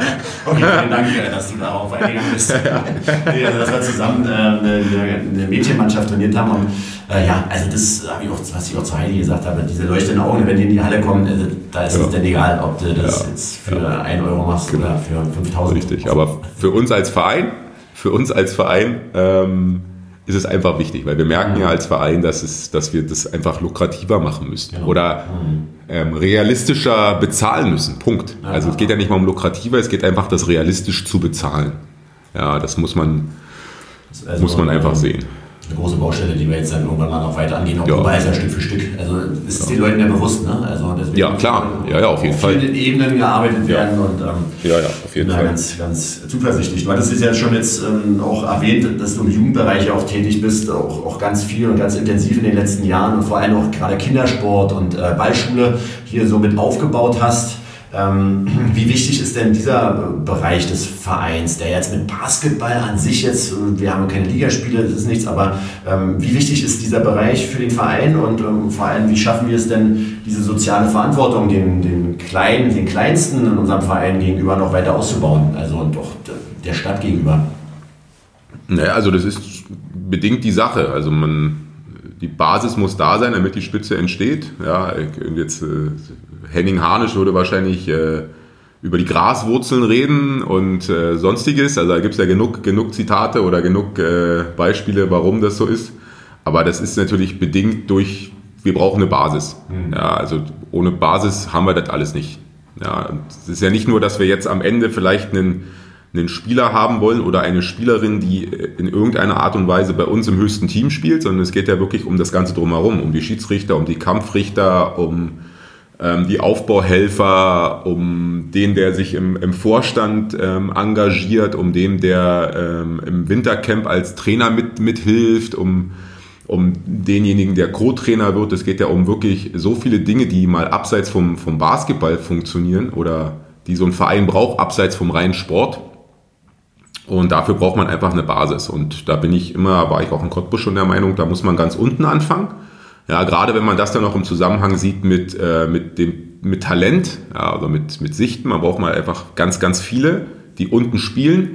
vielen Dank, dass du darauf eingegangen bist. Ja. Nee, also, dass wir zusammen äh, eine, eine Mädchenmannschaft trainiert haben. Und äh, ja, also das habe ich auch, was ich auch zu Heidi gesagt habe, diese leuchtenden Augen, wenn die in die Halle kommen, also, da ist ja. es dann egal, ob du das ja. jetzt für ja. ein Euro machst genau. oder für fünftausend. Richtig, aber für uns als Verein, für uns als Verein, ähm, ist es einfach wichtig, weil wir merken ja als Verein, dass, es, dass wir das einfach lukrativer machen müssen genau. oder ähm, realistischer bezahlen müssen. Punkt. Ja, also es geht ja nicht mal um lukrativer, es geht einfach, das realistisch zu bezahlen. Ja, das muss man, also, muss man einfach sehen. Eine große Baustelle, die wir jetzt dann irgendwann mal noch weiter angehen, auch ja. ja Stück für Stück. Also ist es ja. den Leuten ja bewusst, ne? Also deswegen ja, klar. Ja, ja, auf jeden auf Fall. vielen Ebenen gearbeitet werden ja. und ähm, ja, ja, auf jeden Fall. Ganz, ganz zuversichtlich. Du hattest es ja schon jetzt ähm, auch erwähnt, dass du im Jugendbereich auch tätig bist, auch, auch ganz viel und ganz intensiv in den letzten Jahren und vor allem auch gerade Kindersport und äh, Ballschule hier so mit aufgebaut hast. Ähm, wie wichtig ist denn dieser Bereich des Vereins, der jetzt mit Basketball an sich jetzt, wir haben keine Ligaspiele, das ist nichts, aber ähm, wie wichtig ist dieser Bereich für den Verein und ähm, vor allem, wie schaffen wir es denn, diese soziale Verantwortung den, den Kleinen, den Kleinsten in unserem Verein gegenüber noch weiter auszubauen, also und auch der Stadt gegenüber? Naja, also das ist bedingt die Sache, also man, die Basis muss da sein, damit die Spitze entsteht, ja, jetzt äh, Henning Harnisch würde wahrscheinlich äh, über die Graswurzeln reden und äh, sonstiges. Also da gibt es ja genug, genug Zitate oder genug äh, Beispiele, warum das so ist. Aber das ist natürlich bedingt durch, wir brauchen eine Basis. Mhm. Ja, also ohne Basis haben wir das alles nicht. Ja, es ist ja nicht nur, dass wir jetzt am Ende vielleicht einen, einen Spieler haben wollen oder eine Spielerin, die in irgendeiner Art und Weise bei uns im höchsten Team spielt, sondern es geht ja wirklich um das Ganze drumherum, um die Schiedsrichter, um die Kampfrichter, um die Aufbauhelfer, um den, der sich im, im Vorstand ähm, engagiert, um den, der ähm, im Wintercamp als Trainer mit, mithilft, um, um denjenigen, der Co-Trainer wird. Es geht ja um wirklich so viele Dinge, die mal abseits vom, vom Basketball funktionieren oder die so ein Verein braucht, abseits vom reinen Sport. Und dafür braucht man einfach eine Basis. Und da bin ich immer, war ich auch in Cottbus schon der Meinung, da muss man ganz unten anfangen. Ja, gerade wenn man das dann noch im Zusammenhang sieht mit, äh, mit, dem, mit Talent, ja, also mit, mit Sichten, man braucht mal einfach ganz, ganz viele, die unten spielen,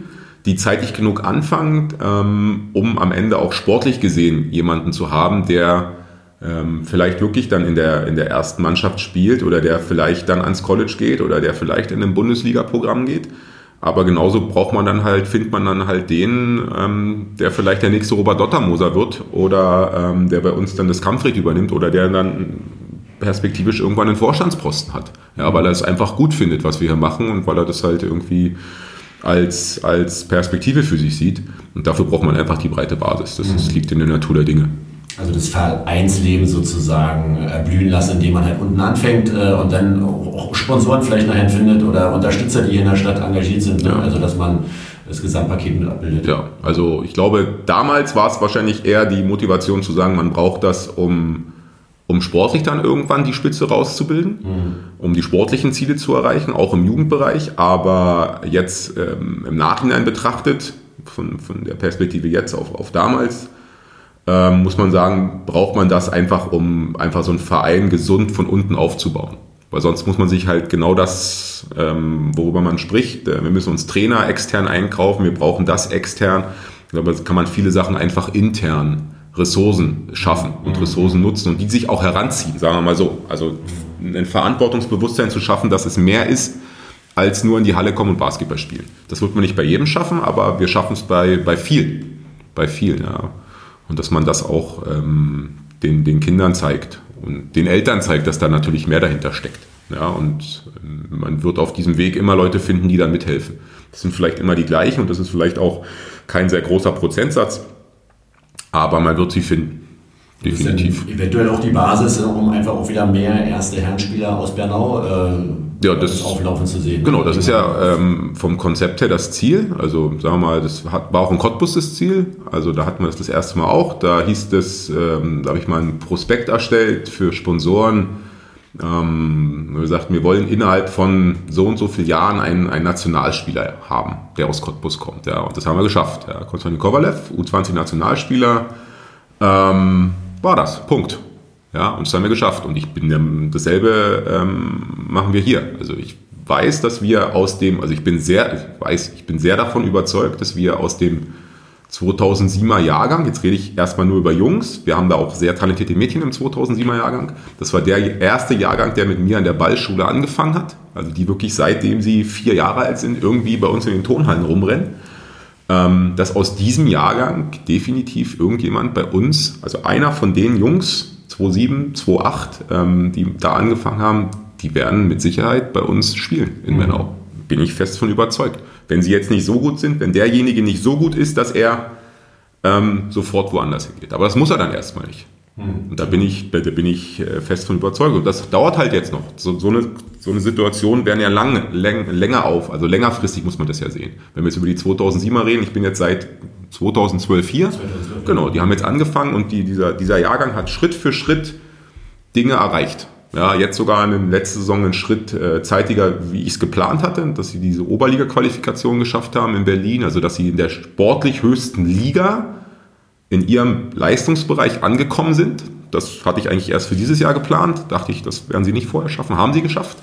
die zeitig genug anfangen, ähm, um am Ende auch sportlich gesehen jemanden zu haben, der ähm, vielleicht wirklich dann in der, in der ersten Mannschaft spielt oder der vielleicht dann ans College geht oder der vielleicht in ein Bundesliga-Programm geht. Aber genauso braucht man dann halt, findet man dann halt den, ähm, der vielleicht der nächste Robert Dottermoser wird oder ähm, der bei uns dann das Kampfrecht übernimmt oder der dann perspektivisch irgendwann einen Vorstandsposten hat. Ja, weil er es einfach gut findet, was wir hier machen und weil er das halt irgendwie als, als Perspektive für sich sieht. Und dafür braucht man einfach die breite Basis. Das, das liegt in der Natur der Dinge. Also das Vereinsleben sozusagen erblühen lassen, indem man halt unten anfängt äh, und dann auch Sponsoren vielleicht nachher findet oder Unterstützer, die hier in der Stadt engagiert sind. Ne? Ja. Also dass man das Gesamtpaket mit abbildet. Ja, also ich glaube, damals war es wahrscheinlich eher die Motivation zu sagen, man braucht das, um, um sportlich dann irgendwann die Spitze rauszubilden, mhm. um die sportlichen Ziele zu erreichen, auch im Jugendbereich. Aber jetzt ähm, im Nachhinein betrachtet, von, von der Perspektive jetzt auf, auf damals, Ähm, muss man sagen, braucht man das einfach, um einfach so einen Verein gesund von unten aufzubauen. Weil sonst muss man sich halt genau das, ähm, worüber man spricht, äh, wir müssen uns Trainer extern einkaufen, wir brauchen das extern. Aber kann man viele Sachen einfach intern Ressourcen schaffen und mhm. Ressourcen nutzen und die sich auch heranziehen, sagen wir mal so. Also ein Verantwortungsbewusstsein zu schaffen, dass es mehr ist, als nur in die Halle kommen und Basketball spielen. Das wird man nicht bei jedem schaffen, aber wir schaffen es bei, bei vielen. Bei vielen, ja. Und dass man das auch ähm, den, den Kindern zeigt und den Eltern zeigt, dass da natürlich mehr dahinter steckt. Ja, und ähm, man wird auf diesem Weg immer Leute finden, die da mithelfen. Das sind vielleicht immer die gleichen und das ist vielleicht auch kein sehr großer Prozentsatz, aber man wird sie finden. Definitiv. Das ist eventuell auch die Basis, um einfach auch wieder mehr erste Herrenspieler aus Bernau äh, ja, das, auflaufen zu sehen. Genau, das ist ja ähm, vom Konzept her das Ziel. Also sagen wir mal, das hat, war auch in Cottbus das Ziel. Also da hatten wir das das erste Mal auch. Da hieß es, ähm, da habe ich mal einen Prospekt erstellt für Sponsoren. Ähm, wir sagten, wir wollen innerhalb von so und so vielen Jahren einen, einen Nationalspieler haben, der aus Cottbus kommt. Ja, und das haben wir geschafft. Ja, Konstantin Kovalev, U zwanzig Nationalspieler, ähm, war das. Punkt. Ja, und das haben wir geschafft. Und ich bin ähm, dasselbe ähm, machen wir hier. Also ich weiß, dass wir aus dem, also ich bin sehr, ich weiß, ich bin sehr davon überzeugt, dass wir aus dem zweitausendsiebener Jahrgang, jetzt rede ich erstmal nur über Jungs, wir haben da auch sehr talentierte Mädchen im zweitausendsiebener Jahrgang. Das war der erste Jahrgang, der mit mir an der Ballschule angefangen hat. Also die wirklich seitdem sie vier Jahre alt sind, irgendwie bei uns in den Turnhallen rumrennen. Ähm, dass aus diesem Jahrgang definitiv irgendjemand bei uns, also einer von den Jungs, zweitausendsieben, zweitausendacht, ähm, die da angefangen haben, die werden mit Sicherheit bei uns spielen in mhm. Bernau. Bin ich fest von überzeugt. Wenn sie jetzt nicht so gut sind, wenn derjenige nicht so gut ist, dass er ähm, sofort woanders hingeht. Aber das muss er dann erstmal nicht. Mhm. Und da bin ich, da bin ich fest von überzeugt. Und das dauert halt jetzt noch. So, so, eine, so eine Situation werden ja lang, läng, länger auf. Also längerfristig muss man das ja sehen. Wenn wir jetzt über die zweitausendsiebener reden, ich bin jetzt seit zweitausendzwölf hier. zweitausendzwölf, genau, die haben jetzt angefangen und die, dieser, dieser Jahrgang hat Schritt für Schritt Dinge erreicht. Ja, jetzt sogar in der letzten Saison einen Schritt äh, zeitiger, wie ich es geplant hatte, dass sie diese Oberliga-Qualifikation geschafft haben in Berlin, also dass sie in der sportlich höchsten Liga in ihrem Leistungsbereich angekommen sind. Das hatte ich eigentlich erst für dieses Jahr geplant, dachte ich, das werden sie nicht vorher schaffen, haben sie geschafft.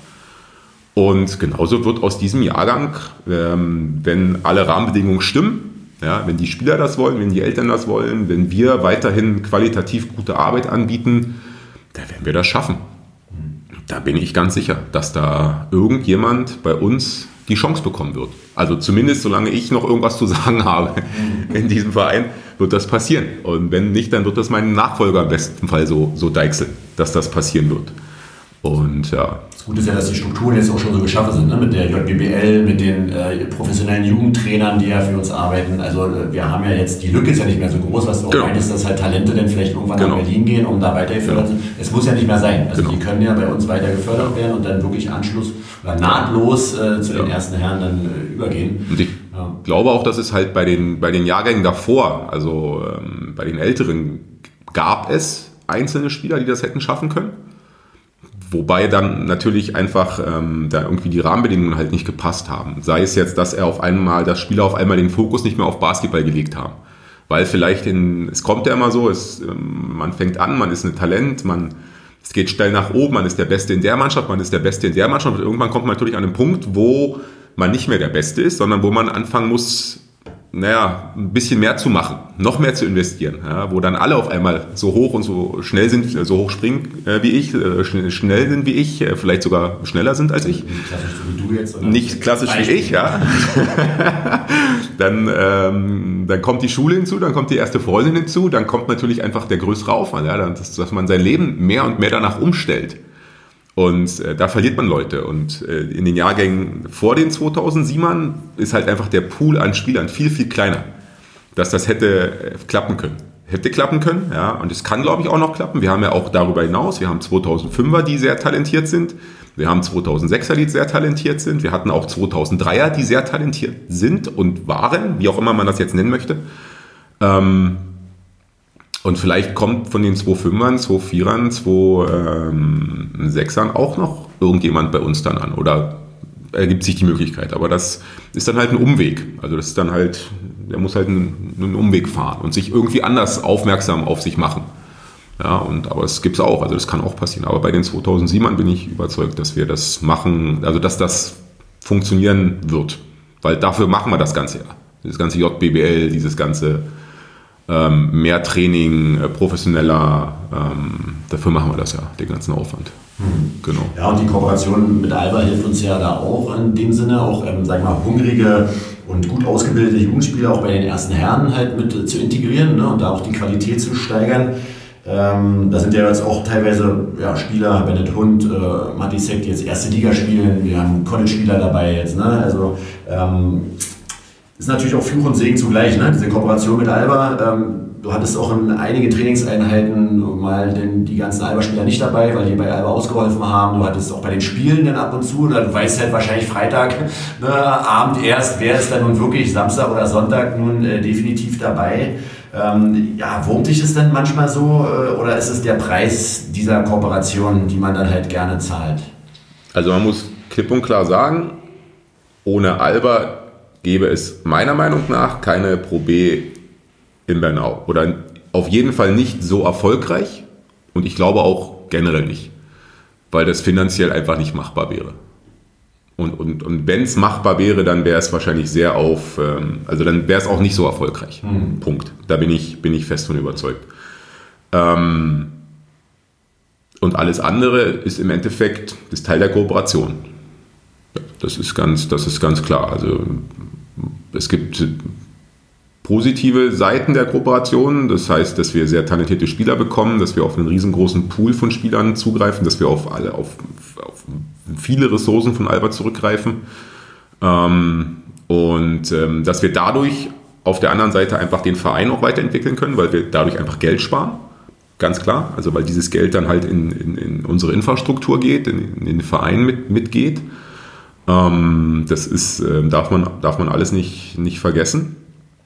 Und genauso wird aus diesem Jahrgang, ähm, wenn alle Rahmenbedingungen stimmen, ja, wenn die Spieler das wollen, wenn die Eltern das wollen, wenn wir weiterhin qualitativ gute Arbeit anbieten, dann werden wir das schaffen. Da bin ich ganz sicher, dass da irgendjemand bei uns die Chance bekommen wird. Also zumindest solange ich noch irgendwas zu sagen habe in diesem Verein, wird das passieren. Und wenn nicht, dann wird das mein Nachfolger im besten Fall so, so deichseln, dass das passieren wird. Und ja. Das Gute ist ja, dass die Strukturen jetzt auch schon so geschaffen sind, ne? Mit der J B B L, mit den äh, professionellen Jugendtrainern, die ja für uns arbeiten. Also äh, wir haben ja jetzt, die Lücke ist ja nicht mehr so groß, was du auch genau. meinst, dass halt Talente dann vielleicht irgendwann genau. nach Berlin gehen, um da weiter gefördert zu werden. Es muss ja nicht mehr sein. Also genau. die können ja bei uns weiter gefördert werden und dann wirklich Anschluss oder nahtlos äh, zu ja. den ersten Herren dann äh, übergehen. Und ich ja. glaube auch, dass es halt bei den, bei den Jahrgängen davor, also ähm, bei den Älteren, gab es einzelne Spieler, die das hätten schaffen können. Wobei dann natürlich einfach ähm, da irgendwie die Rahmenbedingungen halt nicht gepasst haben. Sei es jetzt, dass er auf einmal, dass Spieler auf einmal den Fokus nicht mehr auf Basketball gelegt haben. Weil vielleicht, in, es kommt ja immer so, es, ähm, man fängt an, man ist ein Talent, man, es geht steil nach oben, man ist der Beste in der Mannschaft, man ist der Beste in der Mannschaft und irgendwann kommt man natürlich an einen Punkt, wo man nicht mehr der Beste ist, sondern wo man anfangen muss, naja, ein bisschen mehr zu machen, noch mehr zu investieren, ja, wo dann alle auf einmal so hoch und so schnell sind, so hoch springen äh, wie ich, äh, schnell, schnell sind wie ich, äh, vielleicht sogar schneller sind als ich. Nicht klassisch so wie du jetzt. Oder Nicht klassisch wie ich, ja. dann, ähm, dann kommt die Schule hinzu, dann kommt die erste Freundin hinzu, dann kommt natürlich einfach der größere Aufwand, ja, dass, dass man sein Leben mehr und mehr danach umstellt. Und äh, da verliert man Leute. Und äh, in den Jahrgängen vor den zweitausendsiebern ist halt einfach der Pool an Spielern viel, viel kleiner, dass das hätte äh, klappen können. Hätte klappen können, ja. Und es kann, glaube ich, auch noch klappen. Wir haben ja auch darüber hinaus, wir haben zweitausendfünfer, die sehr talentiert sind. Wir haben zweitausendsechser, die sehr talentiert sind. Wir hatten auch zweitausenddreier, die sehr talentiert sind und waren, wie auch immer man das jetzt nennen möchte. Ähm, Und vielleicht kommt von den zwei Fünfern, zwei Vierern, zwei ähm, Sechsern auch noch irgendjemand bei uns dann an. Oder ergibt sich die Möglichkeit. Aber das ist dann halt ein Umweg. Also das ist dann halt, der muss halt einen, einen Umweg fahren und sich irgendwie anders aufmerksam auf sich machen. Ja, und, aber es gibt es auch, also das kann auch passieren. Aber bei den zweitausendsiebern bin ich überzeugt, dass wir das machen, also dass das funktionieren wird. Weil dafür machen wir das Ganze ja. Dieses ganze J B B L, dieses ganze Ähm, mehr Training, äh, professioneller, ähm, dafür machen wir das ja, den ganzen Aufwand. Mhm. Genau. Ja, und die Kooperation mit Alba hilft uns ja da auch in dem Sinne, auch, ähm, sag ich mal, hungrige und gut ausgebildete Jugendspieler auch bei den ersten Herren halt mit äh, zu integrieren, ne, und da auch die Qualität zu steigern. Ähm, da sind ja jetzt auch teilweise ja, Spieler, Bennett Hund, äh, Matisek, die jetzt erste Liga spielen, wir haben College-Spieler dabei jetzt, ne, also ähm, ist natürlich auch Fluch und Segen zugleich, ne? Diese Kooperation mit Alba. Ähm, du hattest auch in einigen Trainingseinheiten mal den, die ganzen Alba-Spieler nicht dabei, weil die bei Alba ausgeholfen haben. Du hattest auch bei den Spielen dann ab und zu, oder du weißt halt wahrscheinlich Freitag, ne, Abend erst, wer ist dann nun wirklich Samstag oder Sonntag nun äh, definitiv dabei. Ähm, ja, wurmt dich es dann manchmal so äh, oder ist es der Preis dieser Kooperation, die man dann halt gerne zahlt? Also man muss klipp und klar sagen, ohne Alba gäbe es meiner Meinung nach keine Pro B in Bernau. Oder auf jeden Fall nicht so erfolgreich und ich glaube auch generell nicht, weil das finanziell einfach nicht machbar wäre. Und, und, und wenn es machbar wäre, dann wäre es wahrscheinlich sehr auf, ähm, also dann wäre es auch nicht so erfolgreich. Mhm. Punkt. Da bin ich, bin ich fest von überzeugt. Ähm, und alles andere ist im Endeffekt das Teil der Kooperation. Ja, das ist ganz, das ist ganz klar. Also es gibt positive Seiten der Kooperation, das heißt, dass wir sehr talentierte Spieler bekommen, dass wir auf einen riesengroßen Pool von Spielern zugreifen, dass wir auf, alle, auf, auf viele Ressourcen von Alba zurückgreifen ähm, und ähm, dass wir dadurch auf der anderen Seite einfach den Verein auch weiterentwickeln können, weil wir dadurch einfach Geld sparen, ganz klar, also weil dieses Geld dann halt in, in, in unsere Infrastruktur geht, in, in den Verein mit, mitgeht. Ähm, das ist, äh, darf man, darf man alles nicht, nicht vergessen.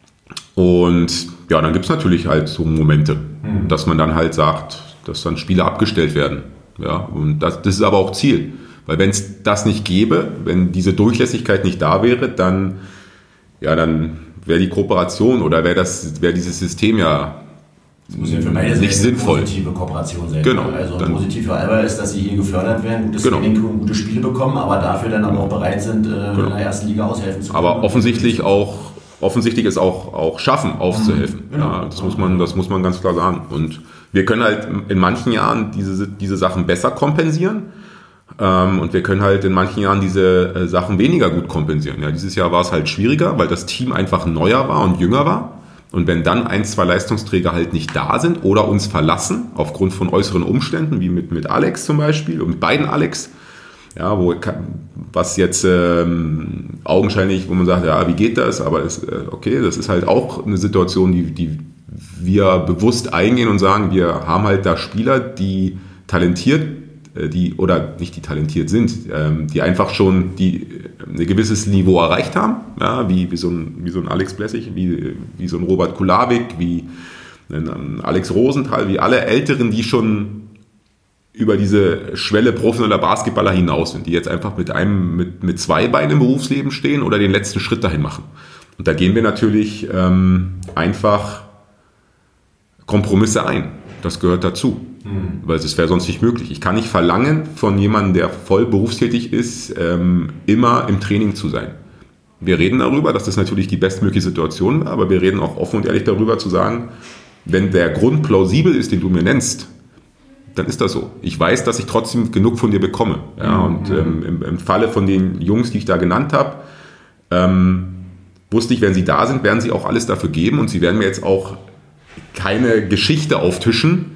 Und ja, dann gibt es natürlich halt so Momente, mhm. dass man dann halt sagt, dass dann Spiele abgestellt werden. Ja, und das, das ist aber auch Ziel. Weil wenn es das nicht gäbe, wenn diese Durchlässigkeit nicht da wäre, dann, ja, dann wäre die Kooperation oder wäre das, wäre dieses System ja Das muss ja für beide nicht sinnvoll. Eine positive Kooperation sein. Genau. Also dann, positiv für Alba ist, dass sie hier gefördert werden, gutes genau. Training und gute Spiele bekommen, aber dafür dann aber auch bereit sind, genau. in der ersten Liga aushelfen zu können. Aber offensichtlich auch, offensichtlich ist auch, auch schaffen, auszuhelfen. Mhm. Genau. Ja, das muss man, das muss man ganz klar sagen. Und wir können halt in manchen Jahren diese, diese Sachen besser kompensieren. Ähm, und wir können halt in manchen Jahren diese äh, Sachen weniger gut kompensieren. Ja, dieses Jahr war es halt schwieriger, weil das Team einfach neuer war und jünger war. Und wenn dann ein, zwei Leistungsträger halt nicht da sind oder uns verlassen, aufgrund von äußeren Umständen, wie mit, mit Alex zum Beispiel und mit beiden Alex, ja, wo, was jetzt ähm, augenscheinlich, wo man sagt, ja, wie geht das? Aber ist, äh, okay, das ist halt auch eine Situation, die, die wir bewusst eingehen und sagen, wir haben halt da Spieler, die talentiert, äh, die oder nicht die talentiert sind, ähm, die einfach schon die ein gewisses Niveau erreicht haben, ja, wie, wie, so ein, wie so ein Alex Blessig, wie, wie so ein Robert Kulawik, wie ein Alex Rosenthal, wie alle Älteren, die schon über diese Schwelle professioneller Basketballer hinaus sind, die jetzt einfach mit einem, mit, mit zwei Beinen im Berufsleben stehen oder den letzten Schritt dahin machen. Und da gehen wir natürlich ähm, einfach Kompromisse ein. Das gehört dazu. Mhm. Weil es wäre sonst nicht möglich. Ich kann nicht verlangen von jemandem, der voll berufstätig ist, ähm, immer im Training zu sein. Wir reden darüber, dass das natürlich die bestmögliche Situation war, aber wir reden auch offen und ehrlich darüber zu sagen, wenn der Grund plausibel ist, den du mir nennst, dann ist das so. Ich weiß, dass ich trotzdem genug von dir bekomme. Ja, mhm. Und ähm, im, im Falle von den Jungs, die ich da genannt habe, ähm, wusste ich, wenn sie da sind, werden sie auch alles dafür geben und sie werden mir jetzt auch keine Geschichte auftischen,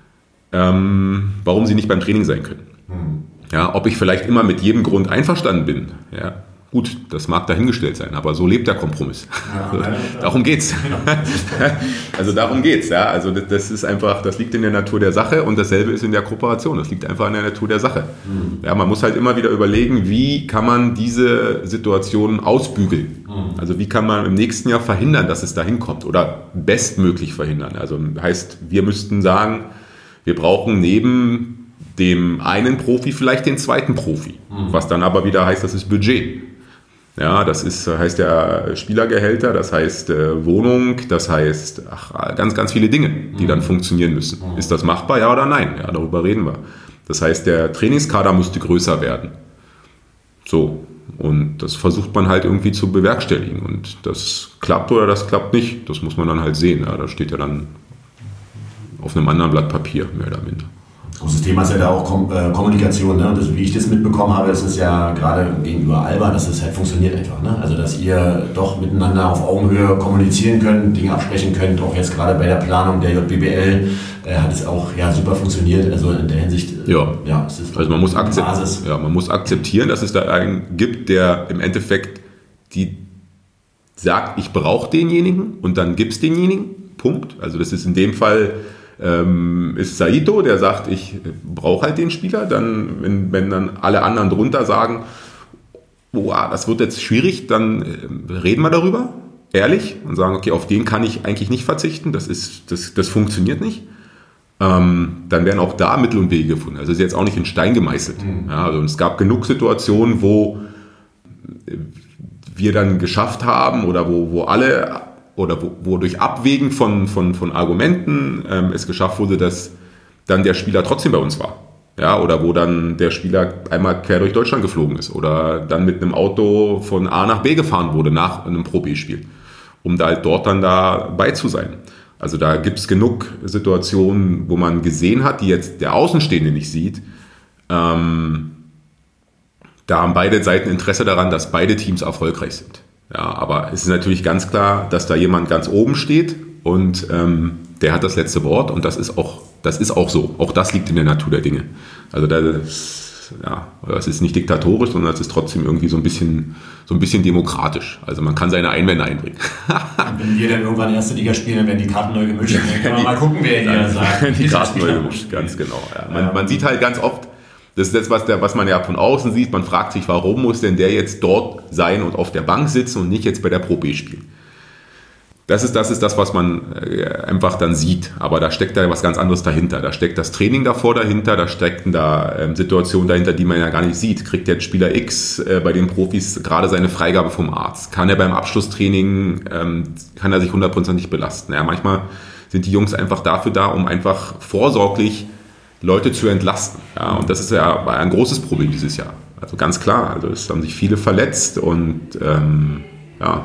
ähm, warum sie nicht beim Training sein können. Mhm. Ja, ob ich vielleicht immer mit jedem Grund einverstanden bin, ja, gut, das mag dahingestellt sein, aber so lebt der Kompromiss. Ja, also, darum geht's. Also darum geht's. Ja. Also das, das ist einfach, das liegt in der Natur der Sache und dasselbe ist in der Kooperation. Das liegt einfach in der Natur der Sache. Mhm. Ja, man muss halt immer wieder überlegen, wie kann man diese Situation ausbügeln. Mhm. Also wie kann man im nächsten Jahr verhindern, dass es dahin kommt oder bestmöglich verhindern. Also heißt, wir müssten sagen, wir brauchen neben dem einen Profi vielleicht den zweiten Profi, mhm. was dann aber wieder heißt, das ist Budget. Ja, das ist, heißt ja Spielergehälter, das heißt äh, Wohnung, das heißt ach, ganz, ganz viele Dinge, die mhm. dann funktionieren müssen. Mhm. Ist das machbar, ja oder nein? Ja, darüber reden wir. Das heißt, der Trainingskader müsste größer werden. So, und das versucht man halt irgendwie zu bewerkstelligen. Und das klappt oder das klappt nicht, das muss man dann halt sehen. Ja, das steht ja dann auf einem anderen Blatt Papier, mehr oder minder. Großes Thema ist ja da auch Kom- äh, Kommunikation. Ne? Das, wie ich das mitbekommen habe, ist es ja gerade gegenüber Alba, dass es halt funktioniert einfach. Ne? Also, dass ihr doch miteinander auf Augenhöhe kommunizieren könnt, Dinge absprechen könnt. Auch jetzt gerade bei der Planung der J B B L äh, hat es auch ja, super funktioniert. Also in der Hinsicht, äh, ja. ja, es ist also man muss, akzept- ja, man muss akzeptieren, dass es da einen gibt, der im Endeffekt die sagt, ich brauche denjenigen und dann gibt es denjenigen. Punkt. Also das ist in dem Fall ähm, ist Saito, der sagt, ich brauche halt den Spieler. Dann, wenn, wenn dann alle anderen drunter sagen, oh, das wird jetzt schwierig, dann äh, reden wir darüber, ehrlich, und sagen, okay, auf den kann ich eigentlich nicht verzichten, das, ist, das, das funktioniert nicht. Ähm, dann werden auch da Mittel und Wege gefunden. Also es ist jetzt auch nicht in Stein gemeißelt. Mhm. Ja, also es gab genug Situationen, wo wir dann geschafft haben oder wo, wo alle oder wo, wo durch Abwägen von, von, von Argumenten ähm, es geschafft wurde, dass dann der Spieler trotzdem bei uns war. Ja, oder wo dann der Spieler einmal quer durch Deutschland geflogen ist oder dann mit einem Auto von A nach B gefahren wurde nach einem Pro B-Spiel, um da halt dort dann dabei zu sein. Also da gibt es genug Situationen, wo man gesehen hat, die jetzt der Außenstehende nicht sieht. Ähm, da haben beide Seiten Interesse daran, dass beide Teams erfolgreich sind. Ja, aber es ist natürlich ganz klar, dass da jemand ganz oben steht und ähm, der hat das letzte Wort und das ist auch, das ist auch so. Auch das liegt in der Natur der Dinge. Also das, ja, das ist nicht diktatorisch, sondern es ist trotzdem irgendwie so ein bisschen, so ein bisschen demokratisch. Also man kann seine Einwände einbringen. Wenn wir dann irgendwann erste Liga spielen, dann werden die Karten neu gemischt. Dann können wir mal gucken, wer hier sagt. Die Karten neu gemischt, ganz genau. Ja. Man, man sieht halt ganz oft, das ist das, was, der, was man ja von außen sieht. Man fragt sich, warum muss denn der jetzt dort sein und auf der Bank sitzen und nicht jetzt bei der Pro B spielen? Das ist, das ist das, was man einfach dann sieht. Aber da steckt da was ganz anderes dahinter. Da steckt das Training davor dahinter, da stecken da ähm, Situationen dahinter, die man ja gar nicht sieht. Kriegt der Spieler X äh, bei den Profis gerade seine Freigabe vom Arzt? Kann er beim Abschlusstraining, ähm, kann er sich hundertprozentig belasten? Ja, manchmal sind die Jungs einfach dafür da, um einfach vorsorglich Leute zu entlasten. Ja, und das ist ja ein großes Problem dieses Jahr. Also ganz klar, also es haben sich viele verletzt und ähm, ja,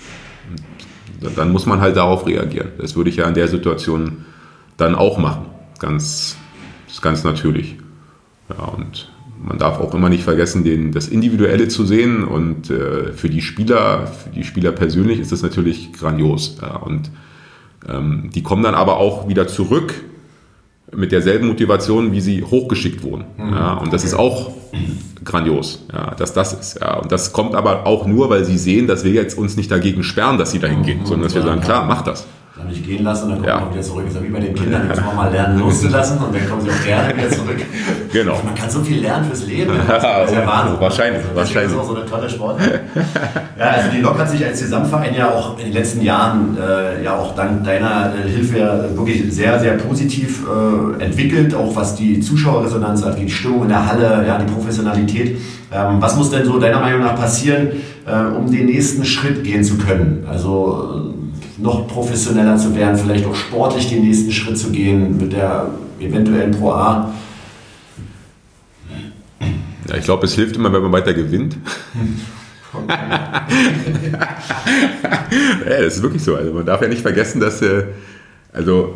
dann muss man halt darauf reagieren. Das würde ich ja in der Situation dann auch machen. Ganz, das ist ganz natürlich. Ja, und man darf auch immer nicht vergessen, den, das Individuelle zu sehen. Und äh, für die Spieler, für die Spieler persönlich ist das natürlich grandios. Ja, und ähm, die kommen dann aber auch wieder zurück mit derselben Motivation, wie sie hochgeschickt wurden. Mhm. Ja, und das okay. ist auch grandios, ja, dass das ist. Ja. Und das kommt aber auch nur, weil sie sehen, dass wir jetzt uns nicht dagegen sperren, dass sie dahin gehen, mhm. sondern dass wir sagen, klar, mach das. Dann nicht gehen lassen und dann kommen ja. wir wieder zurück. Das ist ja wie bei den Kindern, die müssen wir mal lernen loszulassen und dann kommen sie auch gerne wieder zurück. Genau. Man kann so viel lernen fürs Leben. Das ist ja Wahnsinn. Wahrscheinlich. Das wahrscheinlich. ist auch so eine tolle Sportart. Ja, also die Lok hat sich als Gesamtverein ja auch in den letzten Jahren, äh, ja auch dank deiner äh, Hilfe ja wirklich sehr, sehr positiv äh, entwickelt, auch was die Zuschauerresonanz angeht, die Stimmung in der Halle, ja, die Professionalität. Ähm, was muss denn so deiner Meinung nach passieren, äh, um den nächsten Schritt gehen zu können? Also äh, noch professioneller zu werden, vielleicht auch sportlich den nächsten Schritt zu gehen mit der eventuellen Pro A? Ja, ich glaube, es hilft immer, wenn man weiter gewinnt. Ja, das ist wirklich so. Also man darf ja nicht vergessen, dass äh, also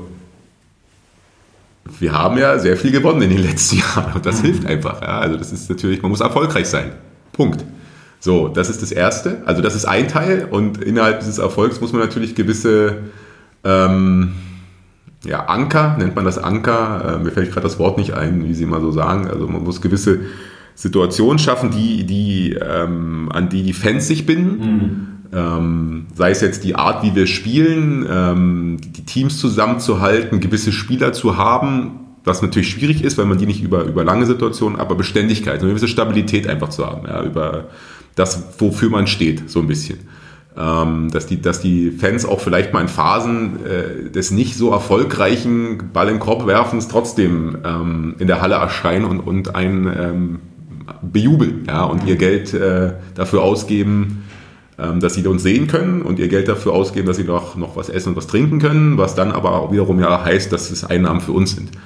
wir haben ja sehr viel gewonnen in den letzten Jahren und das mhm. hilft einfach. Ja? Also das ist natürlich, man muss erfolgreich sein. Punkt. So, das ist das Erste. Also das ist ein Teil und innerhalb dieses Erfolgs muss man natürlich gewisse ähm, ja, Anker, nennt man das Anker, äh, mir fällt gerade das Wort nicht ein, wie Sie immer so sagen. Also man muss gewisse Situationen schaffen, die, die, ähm, an die die Fans sich binden. Mhm. Ähm, sei es jetzt die Art, wie wir spielen, ähm, die Teams zusammenzuhalten, gewisse Spieler zu haben, was natürlich schwierig ist, weil man die nicht über, über lange Situationen, aber Beständigkeit, eine gewisse Stabilität einfach zu haben, ja, über das, wofür man steht, so ein bisschen. Ähm, dass, die, dass die Fans auch vielleicht mal in Phasen äh, des nicht so erfolgreichen Ball in den Korb werfens trotzdem ähm, in der Halle erscheinen und, und einen ähm, bejubeln, ja, und ihr Geld äh, dafür ausgeben, dass sie uns sehen können und ihr Geld dafür ausgeben, dass sie noch, noch was essen und was trinken können, was dann aber auch wiederum ja heißt, dass es Einnahmen für uns sind.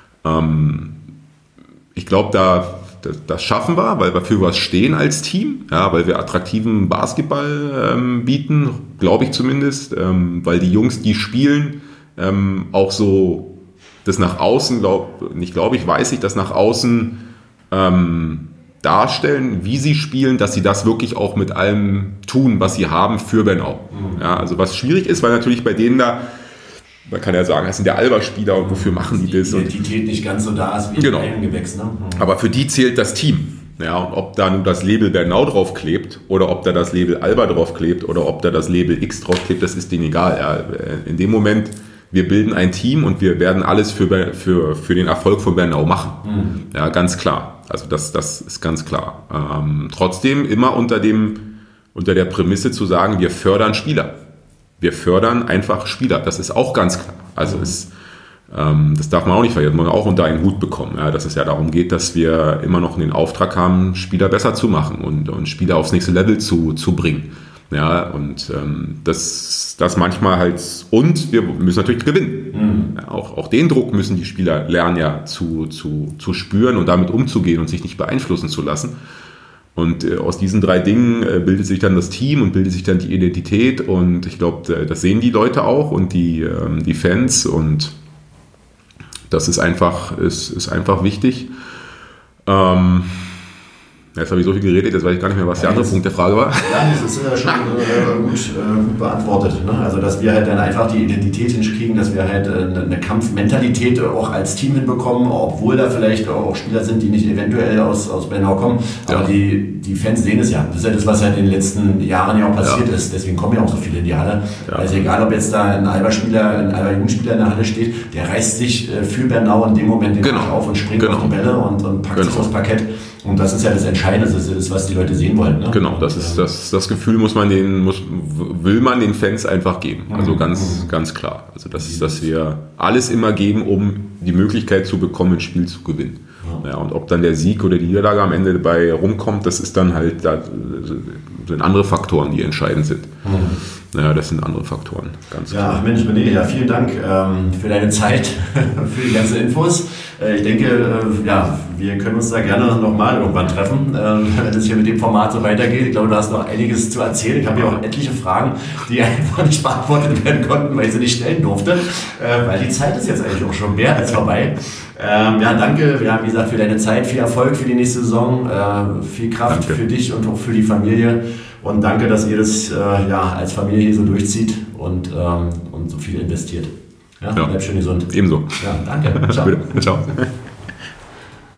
Ähm, ich glaube, da, das, das schaffen wir, weil wir für was stehen als Team, ja, weil wir attraktiven Basketball ähm, bieten, glaube ich zumindest, ähm, weil die Jungs, die spielen, ähm, auch so das nach außen, glaub, nicht glaube ich, weiß ich, dass nach außen ähm, darstellen, wie sie spielen, dass sie das wirklich auch mit allem tun, was sie haben für Bernau. Mhm. Ja, also was schwierig ist, weil natürlich bei denen da, man kann ja sagen, das sind ja Alba-Spieler und wofür machen die das? Die Identität nicht ganz so da ist wie genau. im Gewächs. Ne? Mhm. Aber für die zählt das Team. Ja, und ob da nun das Label Bernau draufklebt oder ob da das Label Alba draufklebt oder ob da das Label X draufklebt, das ist denen egal. Ja, in dem Moment, wir bilden ein Team und wir werden alles für, für, für den Erfolg von Bernau machen. Mhm. Ja, ganz klar. Also das, das ist ganz klar. Ähm, trotzdem immer unter, dem, unter der Prämisse zu sagen, wir fördern Spieler. Wir fördern einfach Spieler. Das ist auch ganz klar. Also mhm. es, ähm, das darf man auch nicht vergessen. Das muss man auch unter einen Hut bekommen. Ja, dass es ja darum geht, dass wir immer noch den Auftrag haben, Spieler besser zu machen und, und Spieler aufs nächste Level zu, zu bringen. Ja, und ähm, das, das manchmal halt, und wir müssen natürlich gewinnen. Mhm. Ja, auch, auch den Druck müssen die Spieler lernen ja zu, zu, zu spüren und damit umzugehen und sich nicht beeinflussen zu lassen. Und äh, aus diesen drei Dingen äh, bildet sich dann das Team und bildet sich dann die Identität und ich glaube, äh, das sehen die Leute auch und die, ähm, die Fans und das ist einfach, ist, ist einfach wichtig. Ähm, Jetzt habe ich so viel geredet, jetzt weiß ich gar nicht mehr, was ja, der andere Punkt der Frage war. Ja, das ist äh, schon äh, gut, äh, gut beantwortet. Ne? Also, dass wir halt dann einfach die Identität hinkriegen, dass wir halt äh, eine Kampfmentalität auch als Team hinbekommen, obwohl da vielleicht auch Spieler sind, die nicht eventuell aus, aus Bernau kommen. Aber ja. die, die Fans sehen es ja. Das ist ja das, was halt in den letzten Jahren ja auch passiert ja. ist. Deswegen kommen ja auch so viele in die Halle. Ja. Also egal, ob jetzt da ein Alba-Spieler, ein Alba-Jugendspieler in der Halle steht, der reißt sich äh, für Bernau in dem Moment den genau. Arsch auf und springt genau. auf die Bälle und, und packt genau. sich aufs Parkett. Und das ist ja das Entscheidende, das ist das, was die Leute sehen wollen. Ne? Genau, das ist das, das Gefühl, muss man den, muss, will man den Fans einfach geben. Also ganz, ganz klar. Also das ist, dass wir alles immer geben, um die Möglichkeit zu bekommen, ein Spiel zu gewinnen. Ja, und ob dann der Sieg oder die Niederlage am Ende dabei rumkommt, das ist dann halt, da sind andere Faktoren, die entscheidend sind. Mhm. Ja, das sind andere Faktoren, ganz ja, klar. Ja, Mensch, René, ja, vielen Dank ähm, für deine Zeit, für die ganzen Infos. Äh, ich denke, äh, ja, wir können uns da gerne nochmal irgendwann treffen, äh, wenn es hier mit dem Format so weitergeht. Ich glaube, du hast noch einiges zu erzählen. Ich habe ja auch etliche Fragen, die einfach nicht beantwortet werden konnten, weil ich sie nicht stellen durfte, äh, weil die Zeit ist jetzt eigentlich auch schon mehr als vorbei. Ähm, ja, danke, ja, wie gesagt, für deine Zeit, viel Erfolg für die nächste Saison, äh, viel Kraft danke. Für dich und auch für die Familie und danke, dass ihr das äh, ja, als Familie hier so durchzieht und, ähm, und so viel investiert. Ja, ja. Bleib schön gesund. Ebenso. Ja, danke. Ciao. Ciao.